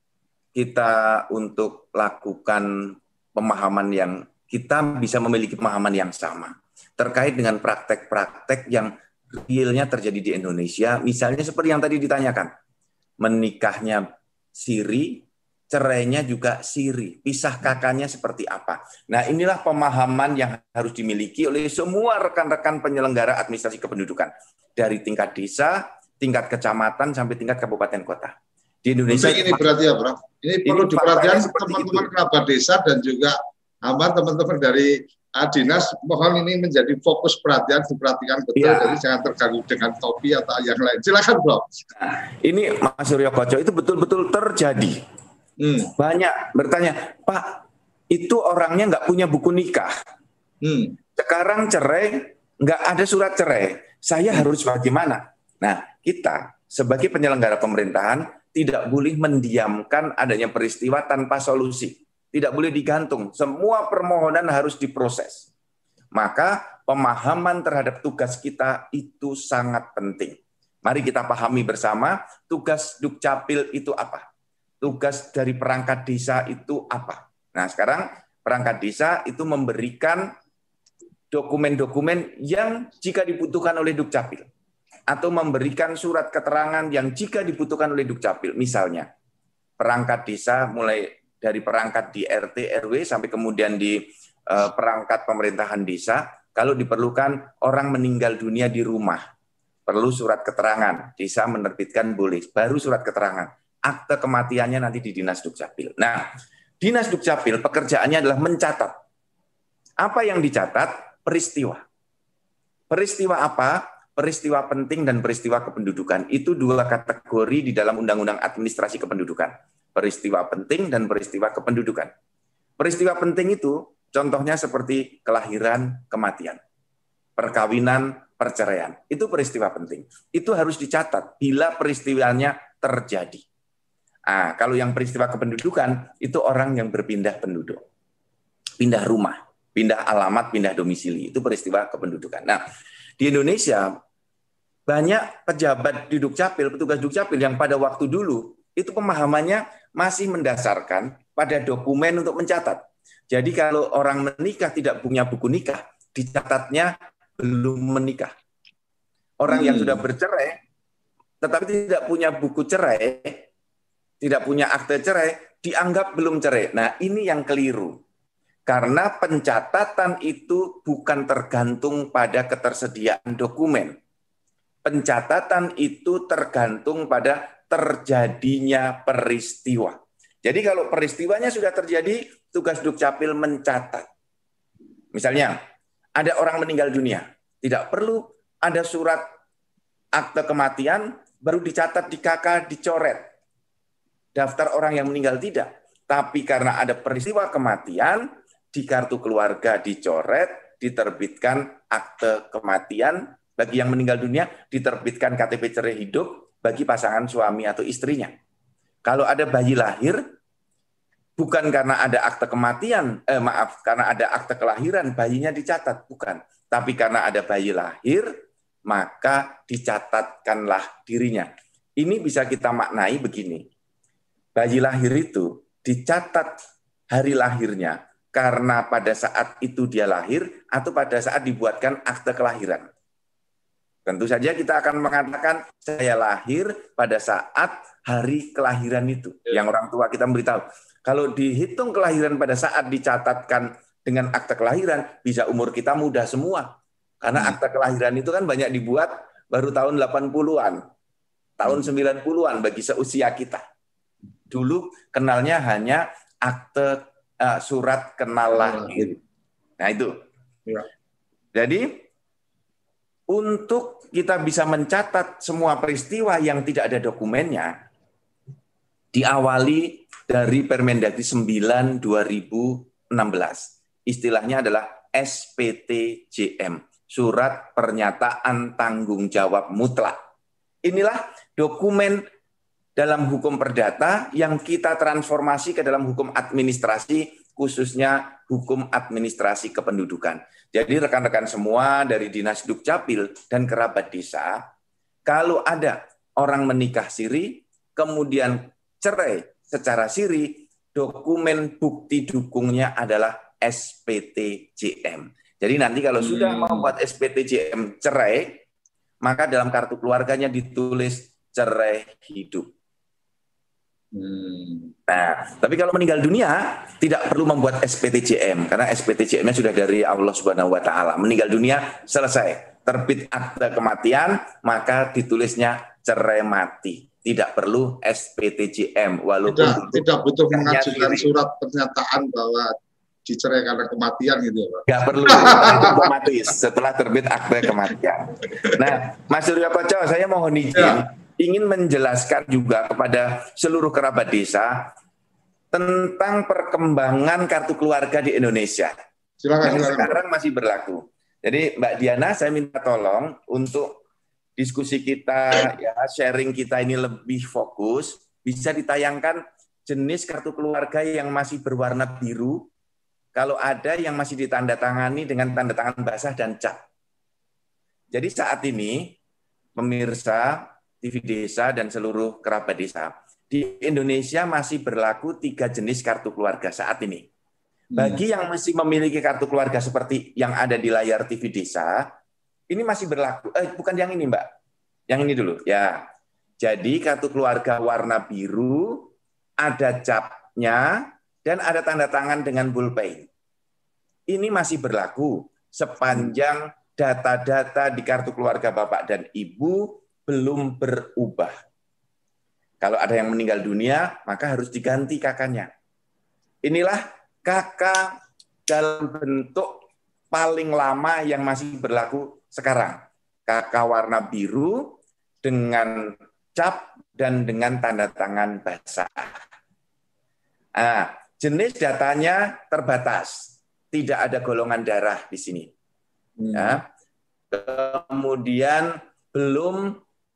kita untuk lakukan pemahaman yang kita bisa memiliki pemahaman yang sama terkait dengan praktek-praktek yang realnya terjadi di Indonesia, misalnya seperti yang tadi ditanyakan, menikahnya siri, cerainya juga siri, pisah kakaknya seperti apa. Nah, inilah pemahaman yang harus dimiliki oleh semua rekan-rekan penyelenggara administrasi kependudukan dari tingkat desa, tingkat kecamatan sampai tingkat kabupaten kota. Di Indonesia ini berarti ya, Prof. Ini, ini perlu diperhatikan teman-teman kerabat desa dan juga aman teman-teman dari uh, dinas. Mohon ini menjadi fokus perhatian, diperhatikan betul, ya. Jadi jangan terganggu dengan kopi atau yang lain. Silakan, Prof. Nah, ini Mas Suryo Koco itu betul-betul terjadi. Hmm. Banyak bertanya, Pak, itu orangnya nggak punya buku nikah. Hmm. Sekarang cerai, nggak ada surat cerai. Saya hmm. harus bagaimana? Nah, kita sebagai penyelenggara pemerintahan tidak boleh mendiamkan adanya peristiwa tanpa solusi. Tidak boleh digantung. Semua permohonan harus diproses. Maka pemahaman terhadap tugas kita itu sangat penting. Mari kita pahami bersama tugas Dukcapil itu apa. Tugas dari perangkat desa itu apa. Nah, sekarang perangkat desa itu memberikan dokumen-dokumen yang jika dibutuhkan oleh Dukcapil, atau memberikan surat keterangan yang jika dibutuhkan oleh Dukcapil. Misalnya, perangkat desa mulai dari perangkat di R T R W sampai kemudian di uh, perangkat pemerintahan desa, kalau diperlukan orang meninggal dunia di rumah, perlu surat keterangan. Desa menerbitkan boleh, baru surat keterangan. Akte kematiannya nanti di Dinas Dukcapil. Nah, Dinas Dukcapil pekerjaannya adalah mencatat. Apa yang dicatat? Peristiwa. Peristiwa apa? Peristiwa penting dan peristiwa kependudukan. Itu dua kategori di dalam Undang-Undang Administrasi Kependudukan. Peristiwa penting dan peristiwa kependudukan. Peristiwa penting itu contohnya seperti kelahiran, kematian, perkawinan, perceraian. Itu peristiwa penting. Itu harus dicatat bila peristiwanya terjadi. Nah, kalau yang peristiwa kependudukan, itu orang yang berpindah penduduk. Pindah rumah, pindah alamat, pindah domisili. Itu peristiwa kependudukan. Nah, di Indonesia, banyak pejabat di Dukcapil, petugas Dukcapil yang pada waktu dulu itu pemahamannya masih mendasarkan pada dokumen untuk mencatat. Jadi kalau orang menikah tidak punya buku nikah, dicatatnya belum menikah. Orang hmm. yang sudah bercerai, tetapi tidak punya buku cerai, tidak punya akte cerai, dianggap belum cerai. Nah, ini yang keliru. Karena pencatatan itu bukan tergantung pada ketersediaan dokumen. Pencatatan itu tergantung pada terjadinya peristiwa. Jadi kalau peristiwanya sudah terjadi, tugas Dukcapil mencatat. Misalnya, ada orang meninggal dunia, tidak perlu ada surat akte kematian, baru dicatat di K K, dicoret. Daftar orang yang meninggal tidak. Tapi karena ada peristiwa kematian, di kartu keluarga dicoret, diterbitkan akte kematian, bagi yang meninggal dunia, diterbitkan K T P cerai hidup, bagi pasangan suami atau istrinya. Kalau ada bayi lahir, bukan karena ada akte kematian, eh maaf, karena ada akte kelahiran, bayinya dicatat, bukan. Tapi karena ada bayi lahir, maka dicatatkanlah dirinya. Ini bisa kita maknai begini. Bayi lahir itu dicatat hari lahirnya karena pada saat itu dia lahir atau pada saat dibuatkan akte kelahiran. Tentu saja kita akan mengatakan saya lahir pada saat hari kelahiran itu. Yang orang tua kita beritahu. Kalau dihitung kelahiran pada saat dicatatkan dengan akte kelahiran, bisa umur kita muda semua. Karena akte kelahiran itu kan banyak dibuat baru tahun delapan puluhan, tahun sembilan puluhan bagi seusia kita. Dulu kenalnya hanya akte uh, surat kenal lahir. Nah itu. Ya. Jadi untuk kita bisa mencatat semua peristiwa yang tidak ada dokumennya, diawali dari Permendagri sembilan dua ribu enam belas. Istilahnya adalah S P T J M, Surat Pernyataan Tanggung Jawab Mutlak. Inilah dokumen dalam hukum perdata yang kita transformasi ke dalam hukum administrasi, khususnya hukum administrasi kependudukan. Jadi rekan-rekan semua dari Dinas Dukcapil dan kerabat desa, kalau ada orang menikah siri, kemudian cerai secara siri, dokumen bukti dukungnya adalah S P T J M. Jadi nanti kalau hmm. sudah membuat S P T J M cerai, maka dalam kartu keluarganya ditulis cerai hidup. Hmm. Nah, tapi kalau meninggal dunia tidak perlu membuat S P T J M karena S P T J M-nya sudah dari Allah Subhanahu wa taala. Meninggal dunia selesai, terbit akte kematian, maka ditulisnya cerai mati. Tidak perlu S P T J M walaupun tidak, tidak butuh mengajukan surat pernyataan bahwa dicerai karena kematian gitu ya, Pak. Nggak perlu, itu otomatis setelah terbit akte kematian. Nah, Mas Surya Koco, saya mohon izin ya. ingin menjelaskan juga kepada seluruh kerabat desa tentang perkembangan kartu keluarga di Indonesia. Silakan, yang silakan. Sekarang masih berlaku. Jadi Mbak Diana, saya minta tolong untuk diskusi kita, ya sharing kita ini lebih fokus, bisa ditayangkan jenis kartu keluarga yang masih berwarna biru, kalau ada yang masih ditandatangani dengan tanda tangan basah dan cap. Jadi saat ini, pemirsa T V Desa dan seluruh kerabat desa, di Indonesia masih berlaku tiga jenis kartu keluarga saat ini. Bagi hmm. yang masih memiliki kartu keluarga seperti yang ada di layar T V Desa, ini masih berlaku. Eh, bukan yang ini, Mbak. Yang ini dulu. Ya. Jadi kartu keluarga warna biru, ada capnya, dan ada tanda tangan dengan bullpen. Ini masih berlaku sepanjang data-data di kartu keluarga Bapak dan Ibu belum berubah. Kalau ada yang meninggal dunia, maka harus diganti kakaknya. Inilah kakak dalam bentuk paling lama yang masih berlaku sekarang. Kakak warna biru dengan cap dan dengan tanda tangan basah. Nah, jenis datanya terbatas. Tidak ada golongan darah di sini. Hmm. Ya. Kemudian belum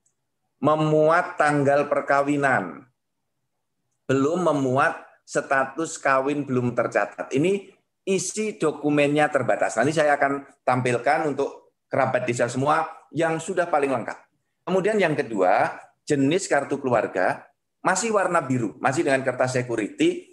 memuat tanggal perkawinan, belum memuat status kawin belum tercatat. Ini isi dokumennya terbatas. Nanti saya akan tampilkan untuk kerabat desa semua yang sudah paling lengkap. Kemudian yang kedua, jenis kartu keluarga masih warna biru, masih dengan kertas security,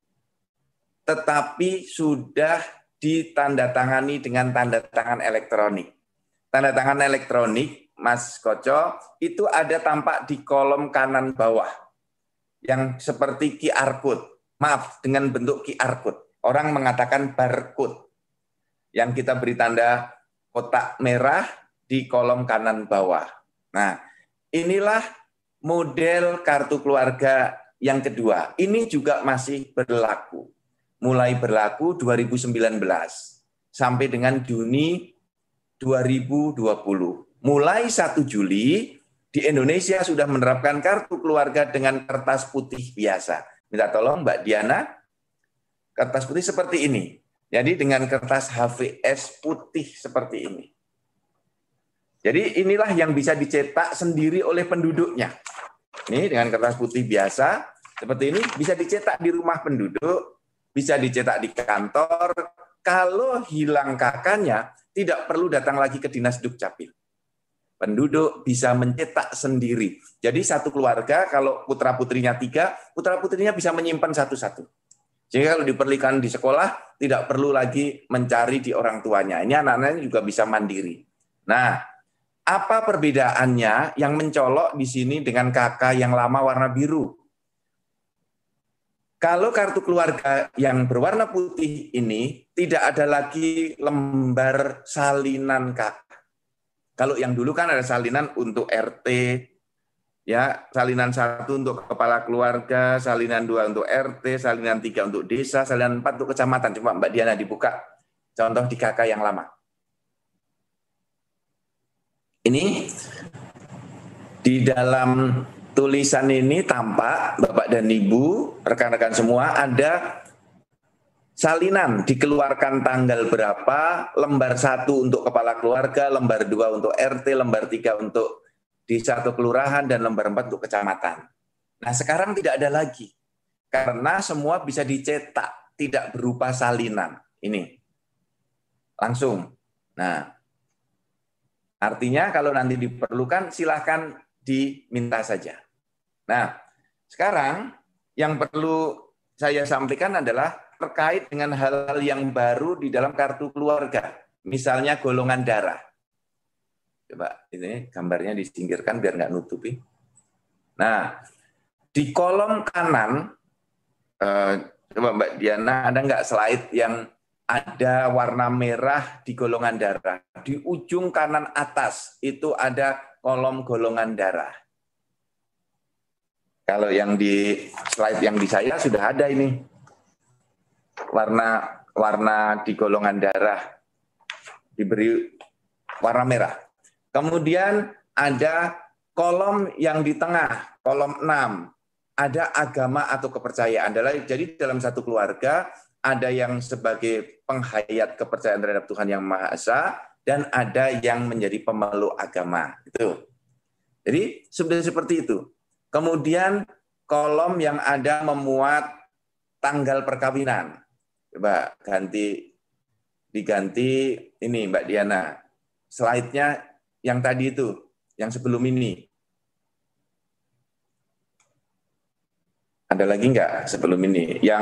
tetapi sudah ditandatangani dengan tanda tangan elektronik. Tanda tangan elektronik, Mas Koco, itu ada tampak di kolom kanan bawah yang seperti Q R code. Maaf, dengan bentuk Q R code. Orang mengatakan barcode. Yang kita beri tanda kotak merah di kolom kanan bawah. Nah, inilah model kartu keluarga yang kedua, ini juga masih berlaku. Mulai berlaku dua ribu sembilan belas sampai dengan Juni dua ribu dua puluh. Mulai satu Juli di Indonesia sudah menerapkan kartu keluarga dengan kertas putih biasa. Minta tolong Mbak Diana, kertas putih seperti ini. Jadi dengan kertas H V S putih seperti ini. Jadi inilah yang bisa dicetak sendiri oleh penduduknya. Ini dengan kertas putih biasa, seperti ini bisa dicetak di rumah penduduk, bisa dicetak di kantor. Kalau hilang kakaknya, tidak perlu datang lagi ke Dinas Dukcapil. Penduduk bisa mencetak sendiri. Jadi satu keluarga, kalau putra-putrinya tiga, putra-putrinya bisa menyimpan satu-satu. Sehingga kalau diperlukan di sekolah, tidak perlu lagi mencari di orang tuanya. Ini anak-anaknya juga bisa mandiri. Nah, apa perbedaannya yang mencolok di sini dengan K K yang lama warna biru? Kalau kartu keluarga yang berwarna putih ini tidak ada lagi lembar salinan K K. Kalau yang dulu kan ada salinan untuk R T, ya, salinan satu untuk kepala keluarga, salinan dua untuk R T, salinan tiga untuk desa, salinan empat untuk kecamatan. Coba Mbak Diana dibuka contoh di K K yang lama. Ini di dalam tulisan ini tampak Bapak dan Ibu, rekan-rekan semua, ada salinan dikeluarkan tanggal berapa, lembar satu untuk kepala keluarga, lembar dua untuk R T, lembar tiga untuk desa atau kelurahan, dan lembar empat untuk kecamatan. Nah sekarang tidak ada lagi, karena semua bisa dicetak, tidak berupa salinan. Ini, langsung. Nah, artinya kalau nanti diperlukan silahkan diminta saja. Nah, sekarang yang perlu saya sampaikan adalah terkait dengan hal-hal yang baru di dalam kartu keluarga. Misalnya golongan darah. Coba ini gambarnya disingkirkan biar nggak nutupi. Nah, di kolom kanan, eh, coba Mbak Diana, ada nggak slide yang ada warna merah di golongan darah. Di ujung kanan atas itu ada kolom golongan darah. Kalau yang di slide yang di saya sudah ada ini. Warna warna di golongan darah diberi warna merah. Kemudian ada kolom yang di tengah, kolom enam. Ada agama atau kepercayaan. Jadi dalam satu keluarga ada yang sebagai penghayat kepercayaan terhadap Tuhan Yang Maha Esa, dan ada yang menjadi pemeluk agama. Itu. Jadi sudah seperti itu. Kemudian kolom yang ada memuat tanggal perkawinan. Coba ganti, diganti ini Mbak Diana. Slide-nya yang tadi itu, yang sebelum ini. Ada lagi nggak sebelum ini? Yang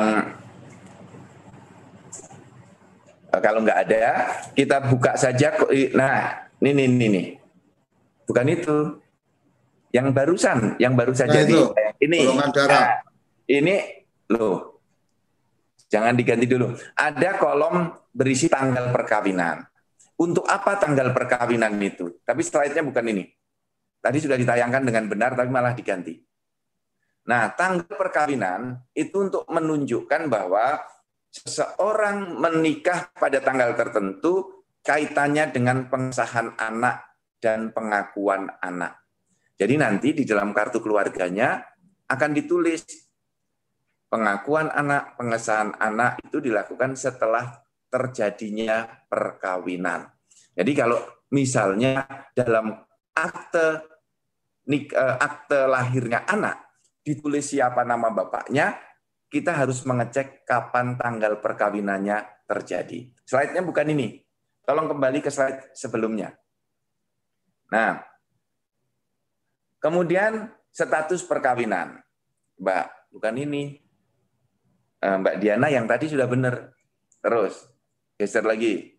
kalau nggak ada, kita buka saja. Nah, ini, ini, ini. Bukan itu. Yang barusan, yang baru saja nah, itu, ini. Golongan darah. Nah, ini, loh. Jangan diganti dulu. Ada kolom berisi tanggal perkawinan. Untuk apa tanggal perkawinan itu? Tapi slide-nya bukan ini. Tadi sudah ditayangkan dengan benar, tapi malah diganti. Nah, tanggal perkawinan itu untuk menunjukkan bahwa seseorang menikah pada tanggal tertentu kaitannya dengan pengesahan anak dan pengakuan anak. Jadi nanti di dalam kartu keluarganya akan ditulis pengakuan anak, pengesahan anak itu dilakukan setelah terjadinya perkawinan. Jadi kalau misalnya dalam akte akte lahirnya anak ditulis siapa nama bapaknya, kita harus mengecek kapan tanggal perkawinannya terjadi. Slide-nya bukan ini. Tolong kembali ke slide sebelumnya. Nah, kemudian status perkawinan. Mbak, bukan ini. Mbak Diana yang tadi sudah benar. Terus, geser lagi.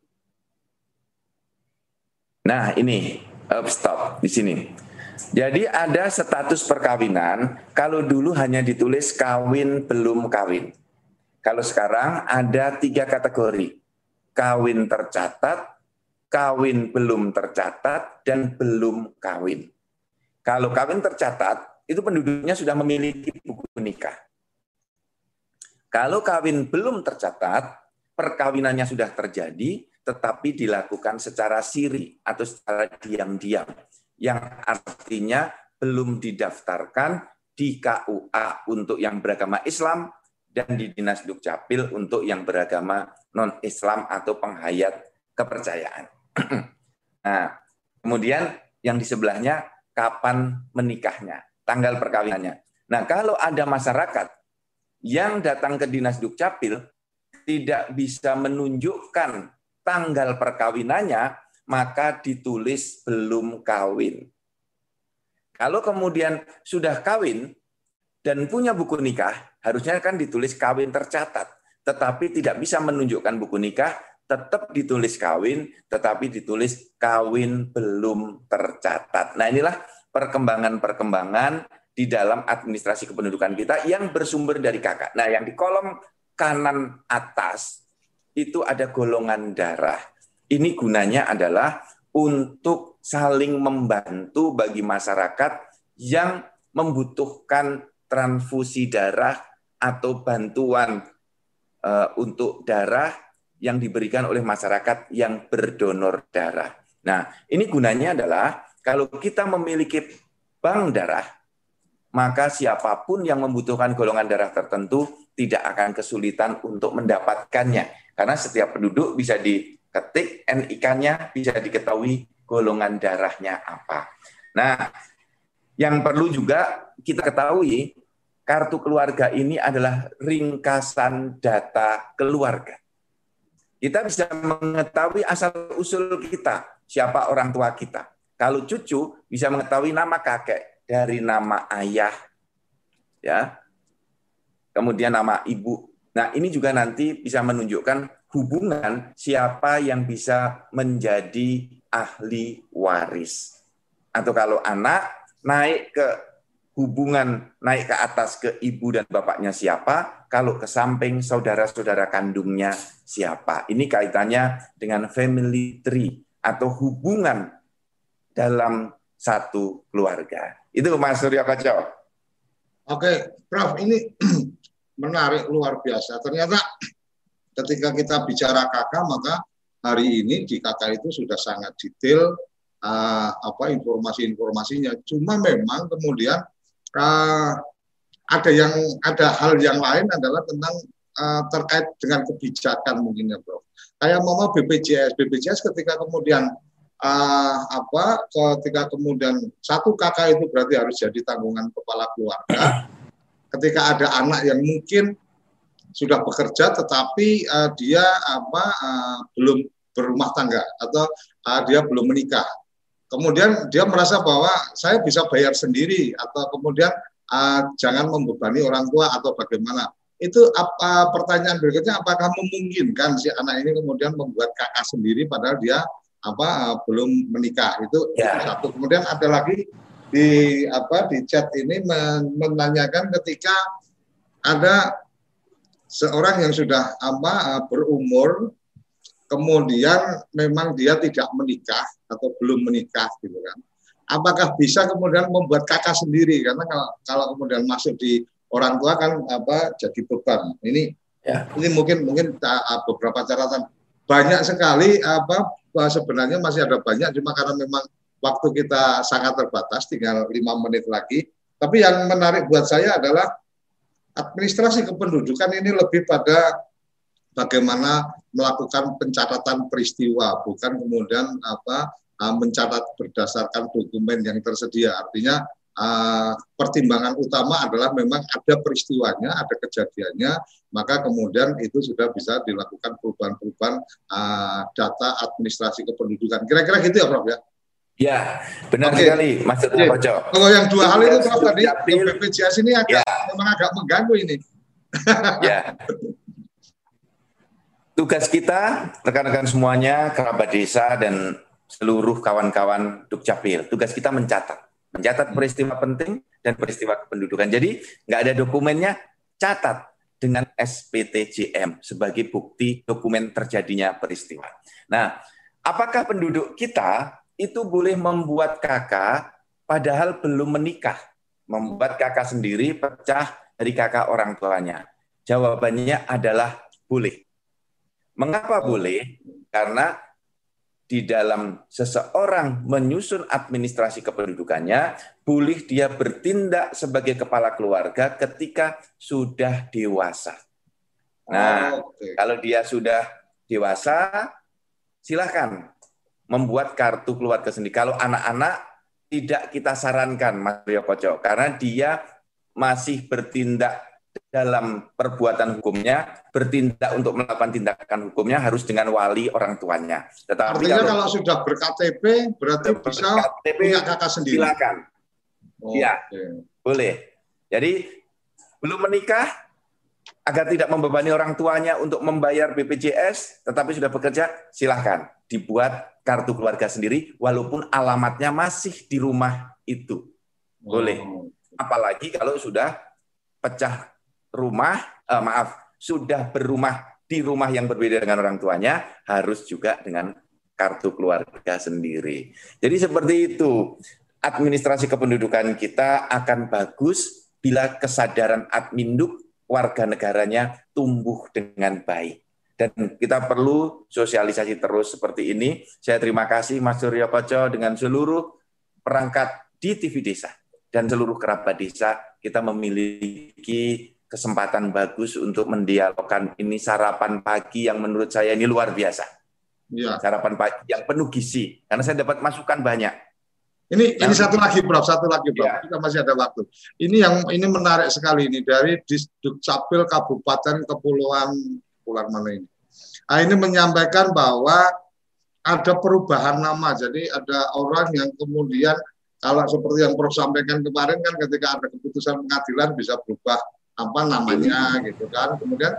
Nah, ini. Up, stop. Di sini. Jadi ada status perkawinan, kalau dulu hanya ditulis kawin belum kawin. Kalau sekarang ada tiga kategori. Kawin tercatat, kawin belum tercatat, dan belum kawin. Kalau kawin tercatat, itu penduduknya sudah memiliki buku nikah. Kalau kawin belum tercatat, perkawinannya sudah terjadi, tetapi dilakukan secara siri atau secara diam-diam, yang artinya belum didaftarkan di K U A untuk yang beragama Islam dan di Dinas Dukcapil untuk yang beragama non-Islam atau penghayat kepercayaan. Nah, kemudian yang di sebelahnya kapan menikahnya, tanggal perkawinannya. Nah, kalau ada masyarakat yang datang ke Dinas Dukcapil tidak bisa menunjukkan tanggal perkawinannya, maka ditulis belum kawin. Kalau kemudian sudah kawin dan punya buku nikah, harusnya kan ditulis kawin tercatat, tetapi tidak bisa menunjukkan buku nikah, tetap ditulis kawin, tetapi ditulis kawin belum tercatat. Nah, inilah perkembangan-perkembangan di dalam administrasi kependudukan kita yang bersumber dari K K. Nah, yang di kolom kanan atas itu ada golongan darah. Ini gunanya adalah untuk saling membantu bagi masyarakat yang membutuhkan transfusi darah atau bantuan uh, untuk darah yang diberikan oleh masyarakat yang berdonor darah. Nah, ini gunanya adalah kalau kita memiliki bank darah, maka siapapun yang membutuhkan golongan darah tertentu tidak akan kesulitan untuk mendapatkannya. Karena setiap penduduk bisa diketik N I K-nya, bisa diketahui golongan darahnya apa. Nah, yang perlu juga kita ketahui, kartu keluarga ini adalah ringkasan data keluarga. Kita bisa mengetahui asal-usul kita, siapa orang tua kita. Kalau cucu bisa mengetahui nama kakek dari nama ayah, ya, kemudian nama ibu. Nah, ini juga nanti bisa menunjukkan hubungan siapa yang bisa menjadi ahli waris. Atau kalau anak naik ke hubungan, naik ke atas ke ibu dan bapaknya siapa, kalau ke samping saudara-saudara kandungnya siapa. Ini kaitannya dengan family tree atau hubungan dalam satu keluarga. Itu Mas Suryo Koco. Oke, Prof, ini menarik luar biasa. Ternyata ketika kita bicara K K, maka hari ini di K K itu sudah sangat detail uh, apa informasi-informasinya. Cuma memang kemudian uh, ada yang ada hal yang lain adalah tentang uh, terkait dengan kebijakan mungkin ya, Prof. Kayak mau B P J S, B P J S ketika kemudian uh, apa ketika kemudian satu K K itu berarti harus jadi tanggungan kepala keluarga. Ketika ada anak yang mungkin sudah bekerja tetapi uh, dia apa uh, belum berumah tangga atau uh, dia belum menikah. Kemudian dia merasa bahwa saya bisa bayar sendiri atau kemudian uh, jangan membebani orang tua atau bagaimana. Itu apa pertanyaan berikutnya, apakah memungkinkan si anak ini kemudian membuat K K sendiri padahal dia apa uh, belum menikah. Itu, ya. Itu satu. Kemudian ada lagi di apa di chat ini menanyakan ketika ada seorang yang sudah apa berumur kemudian memang dia tidak menikah atau belum menikah gitu kan, apakah bisa kemudian membuat K K sendiri, karena kalau, kalau kemudian masuk di orang tua kan apa jadi beban. Ini ya. Ini mungkin mungkin beberapa catatan banyak sekali apa sebenarnya masih ada banyak, cuma karena memang waktu kita sangat terbatas, tinggal lima menit lagi. Tapi yang menarik buat saya adalah administrasi kependudukan ini lebih pada bagaimana melakukan pencatatan peristiwa, bukan kemudian apa mencatat berdasarkan dokumen yang tersedia. Artinya uh, pertimbangan utama adalah memang ada peristiwanya, ada kejadiannya, maka kemudian itu sudah bisa dilakukan perubahan-perubahan uh, data administrasi kependudukan. Kira-kira gitu ya, Prof ya? Ya, benar okay. sekali, Mas okay. Koco. Kalau yang dua hal itu, Prof, tadi B P J S ini agak, ya. memang agak mengganggu ini. Ya. Tugas kita, rekan-rekan semuanya, kerabat desa dan seluruh kawan-kawan Dukcapil, tugas kita mencatat, mencatat peristiwa penting dan peristiwa kependudukan. Jadi nggak ada dokumennya, catat dengan S P T J M sebagai bukti dokumen terjadinya peristiwa. Nah, apakah penduduk kita itu boleh membuat K K padahal belum menikah, membuat K K sendiri pecah dari kakak orang tuanya? Jawabannya adalah boleh. Mengapa boleh? Karena di dalam seseorang menyusun administrasi kependudukannya, boleh dia bertindak sebagai kepala keluarga ketika sudah dewasa. Nah, Oh, oke. kalau dia sudah dewasa, silakan membuat kartu keluarga sendiri. Kalau anak-anak tidak kita sarankan, Mas Rio Koco, karena dia masih bertindak dalam perbuatan hukumnya, bertindak untuk melakukan tindakan hukumnya harus dengan wali orang tuanya. Tetapi Artinya kalau, kalau sudah ber-K T P berarti bisa K T P, punya kakak sendiri. silakan. Oh, Iya, oke. boleh. Jadi belum menikah, agar tidak membebani orang tuanya untuk membayar B P J S, tetapi sudah bekerja, silahkan dibuat kartu keluarga sendiri, walaupun alamatnya masih di rumah itu. Boleh. Oh. Apalagi kalau sudah pecah rumah, eh, maaf, sudah berumah di rumah yang berbeda dengan orang tuanya, harus juga dengan kartu keluarga sendiri. Jadi seperti itu. Administrasi kependudukan kita akan bagus bila kesadaran adminduk warga negaranya tumbuh dengan baik. Dan kita perlu sosialisasi terus seperti ini. Saya terima kasih Mas Suryo Koco dengan seluruh perangkat di T V Desa dan seluruh kerabat desa. Kita memiliki kesempatan bagus untuk mendialogkan ini sarapan pagi yang menurut saya ini luar biasa. Ya. Sarapan pagi yang penuh gizi. Karena saya dapat masukan banyak. Ini ini satu lagi, Prof. Satu lagi, Prof. Ya. Kita masih ada waktu. Ini yang ini menarik sekali ini dari Disdukcapil Kabupaten Kepulauan Kepulauan mana ini? Nah, ini menyampaikan bahwa ada perubahan nama. Jadi ada orang yang kemudian kalau seperti yang Prof sampaikan kemarin kan ketika ada keputusan pengadilan bisa berubah apa namanya gitu kan. Kemudian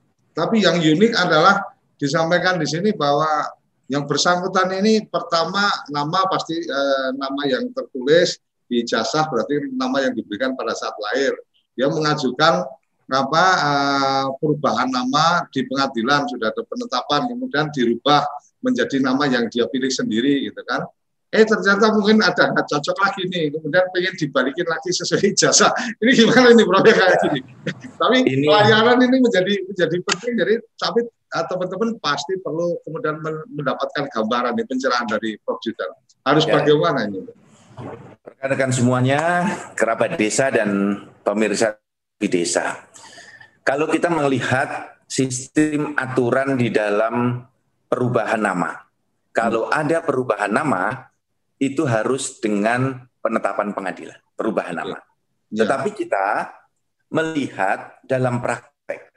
tapi yang unik adalah disampaikan di sini bahwa yang bersangkutan ini pertama nama pasti eh, nama yang tertulis di ijazah berarti nama yang diberikan pada saat lahir. Dia mengajukan apa eh, perubahan nama di pengadilan sudah ada penetapan kemudian dirubah menjadi nama yang dia pilih sendiri gitu kan. Eh ternyata mungkin ada nggak cocok lagi nih kemudian pengen dibalikin lagi sesuai ijazah. Ini gimana ini proyek kayak gini? Tapi Ini- pelayanan ini menjadi menjadi penting jadi tapi uh, teman-teman pasti perlu kemudian mendapatkan gambaran nih pencerahan dari Prof Judan. Harus Ya. bagaimana ini? Rekan-rekan semuanya, kerabat desa dan pemirsa di desa. Kalau kita melihat sistem aturan di dalam perubahan nama, kalau ada perubahan nama, itu harus dengan penetapan pengadilan, perubahan nama. Ya. Tetapi kita melihat dalam praktek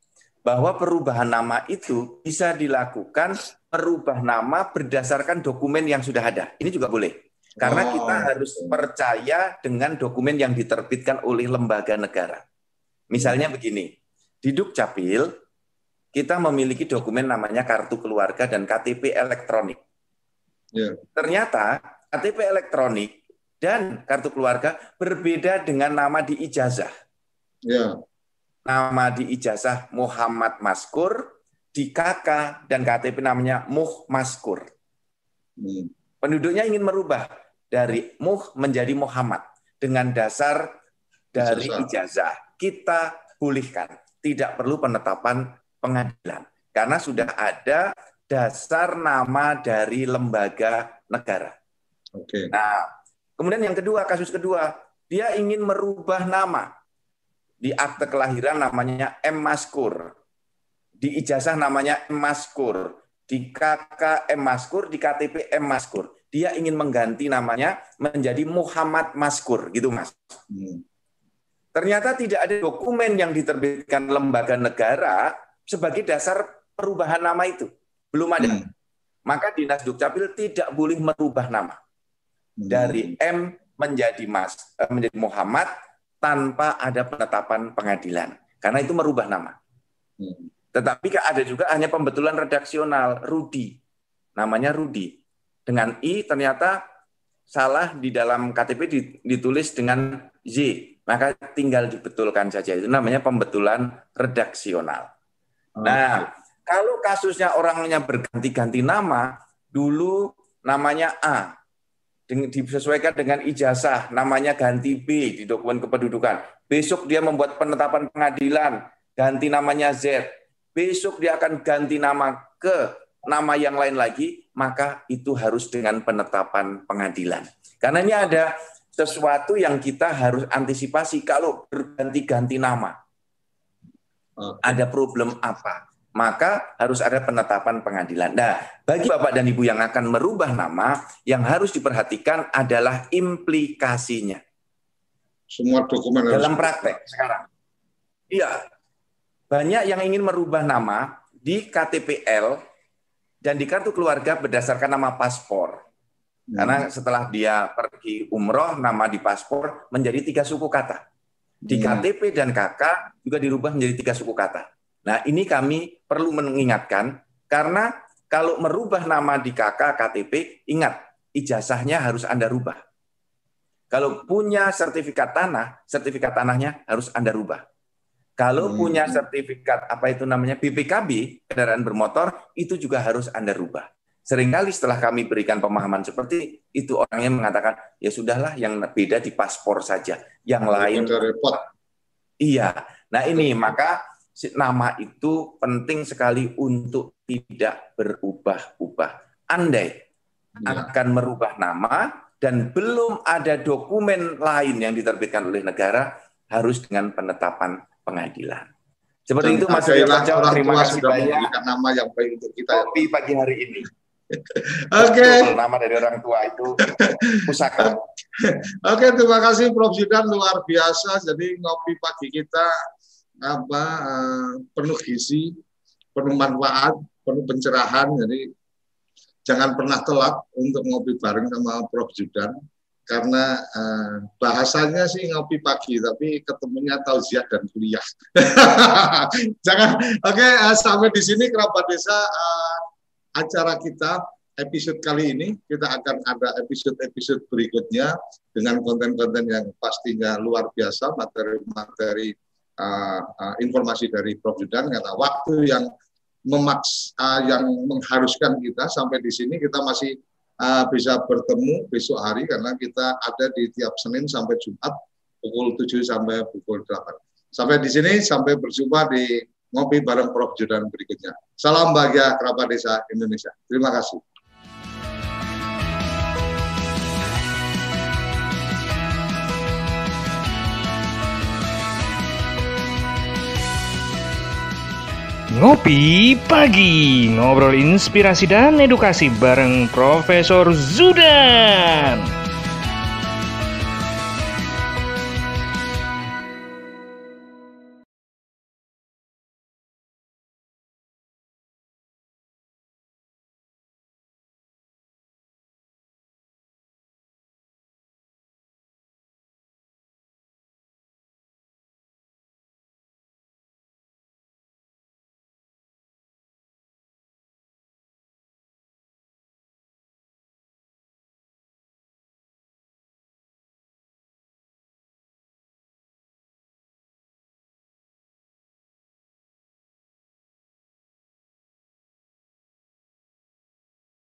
bahwa perubahan nama itu bisa dilakukan merubah nama berdasarkan dokumen yang sudah ada. Ini juga boleh. Karena Oh. kita harus percaya dengan dokumen yang diterbitkan oleh lembaga negara. Misalnya begini, di Dukcapil kita memiliki dokumen namanya kartu keluarga dan K T P elektronik. Ya. Ternyata K T P elektronik dan kartu keluarga berbeda dengan nama di ijazah. Ya. Nama di ijazah Muhammad Maskur, di K K dan K T P namanya Muh Maskur. Hmm. Penduduknya ingin merubah dari Muh menjadi Muhammad dengan dasar dari Ijazah. ijazah. Kita pulihkan, tidak perlu penetapan pengadilan karena sudah ada dasar nama dari lembaga negara. Oke. Nah, kemudian yang kedua, kasus kedua, dia ingin merubah nama. Di akte kelahiran namanya M. Maskur. Di ijazah namanya M. Maskur. Di K K M. Maskur, di K T P M. Maskur. Dia ingin mengganti namanya menjadi Muhammad Maskur, gitu Mas. Hmm. Ternyata tidak ada dokumen yang diterbitkan lembaga negara sebagai dasar perubahan nama itu. Belum ada. Hmm. Maka Dinas Dukcapil tidak boleh merubah nama. Dari M menjadi Mas eh, menjadi Muhammad tanpa ada penetapan pengadilan karena itu merubah nama. Hmm. Tetapi ada juga hanya pembetulan redaksional Rudi, namanya Rudi dengan I ternyata salah di dalam K T P ditulis dengan Z, maka tinggal dibetulkan saja itu namanya pembetulan redaksional. Nah, kalau kasusnya orangnya berganti-ganti nama, dulu namanya A, disesuaikan dengan ijazah, namanya ganti B di dokumen kependudukan. Besok dia membuat penetapan pengadilan, ganti namanya Z. Besok dia akan ganti nama ke nama yang lain lagi, maka itu harus dengan penetapan pengadilan. Karena ini ada sesuatu yang kita harus antisipasi kalau berganti-ganti nama. Ada problem apa? Maka harus ada penetapan pengadilan. Nah, bagi Bapak dan Ibu yang akan merubah nama, yang harus diperhatikan adalah implikasinya. Semua dokumen dalam praktek sekarang. Iya, banyak yang ingin merubah nama di K T P L dan di kartu keluarga berdasarkan nama paspor. Hmm. Karena setelah dia pergi umroh, nama di paspor menjadi tiga suku kata. Di K T P dan K K juga dirubah menjadi tiga suku kata. Nah, ini kami perlu mengingatkan, karena kalau merubah nama di K K, K T P, ingat, ijazahnya harus Anda rubah. Kalau punya sertifikat tanah, sertifikat tanahnya harus Anda rubah. Kalau hmm. punya sertifikat, apa itu namanya, B P K B, kendaraan bermotor, itu juga harus Anda rubah. Seringkali setelah kami berikan pemahaman seperti itu, orangnya mengatakan, ya sudahlah, yang beda di paspor saja. Yang lain, repot. Iya. Nah ini, maka nama itu penting sekali untuk tidak berubah-ubah. Andai ya. akan merubah nama dan belum ada dokumen lain yang diterbitkan oleh negara, harus dengan penetapan pengadilan. Seperti dan itu Mas Rio, terima kasih banyak. Nama yang baik untuk kita. Kopi pagi hari ini. Oke. Okay. Nama dari orang tua itu pusaka. Oke, okay, terima kasih Prof Zudan, luar biasa. Jadi ngopi pagi kita apa uh, penuh gizi, penuh manfaat, penuh pencerahan. Jadi jangan pernah telat untuk ngopi bareng sama Prof Zudan, karena uh, bahasanya sih ngopi pagi, tapi ketemunya tausiah dan kuliah. Jangan. Oke, okay, uh, sampai di sini Kerabat Desa uh, acara kita episode kali ini. Kita akan ada episode-episode berikutnya dengan konten-konten yang pastinya luar biasa, materi-materi Uh, uh, informasi dari Prof Zudan, karena waktu yang memaks uh, yang mengharuskan kita sampai di sini. Kita masih uh, bisa bertemu besok hari, karena kita ada di tiap Senin sampai Jumat pukul tujuh sampai pukul delapan. Sampai di sini, sampai berjumpa di ngopi bareng Prof Zudan berikutnya. Salam bahagia Kerabat Desa Indonesia. Terima kasih. Ngopi Pagi, ngobrol inspirasi dan edukasi bareng Profesor Zudan.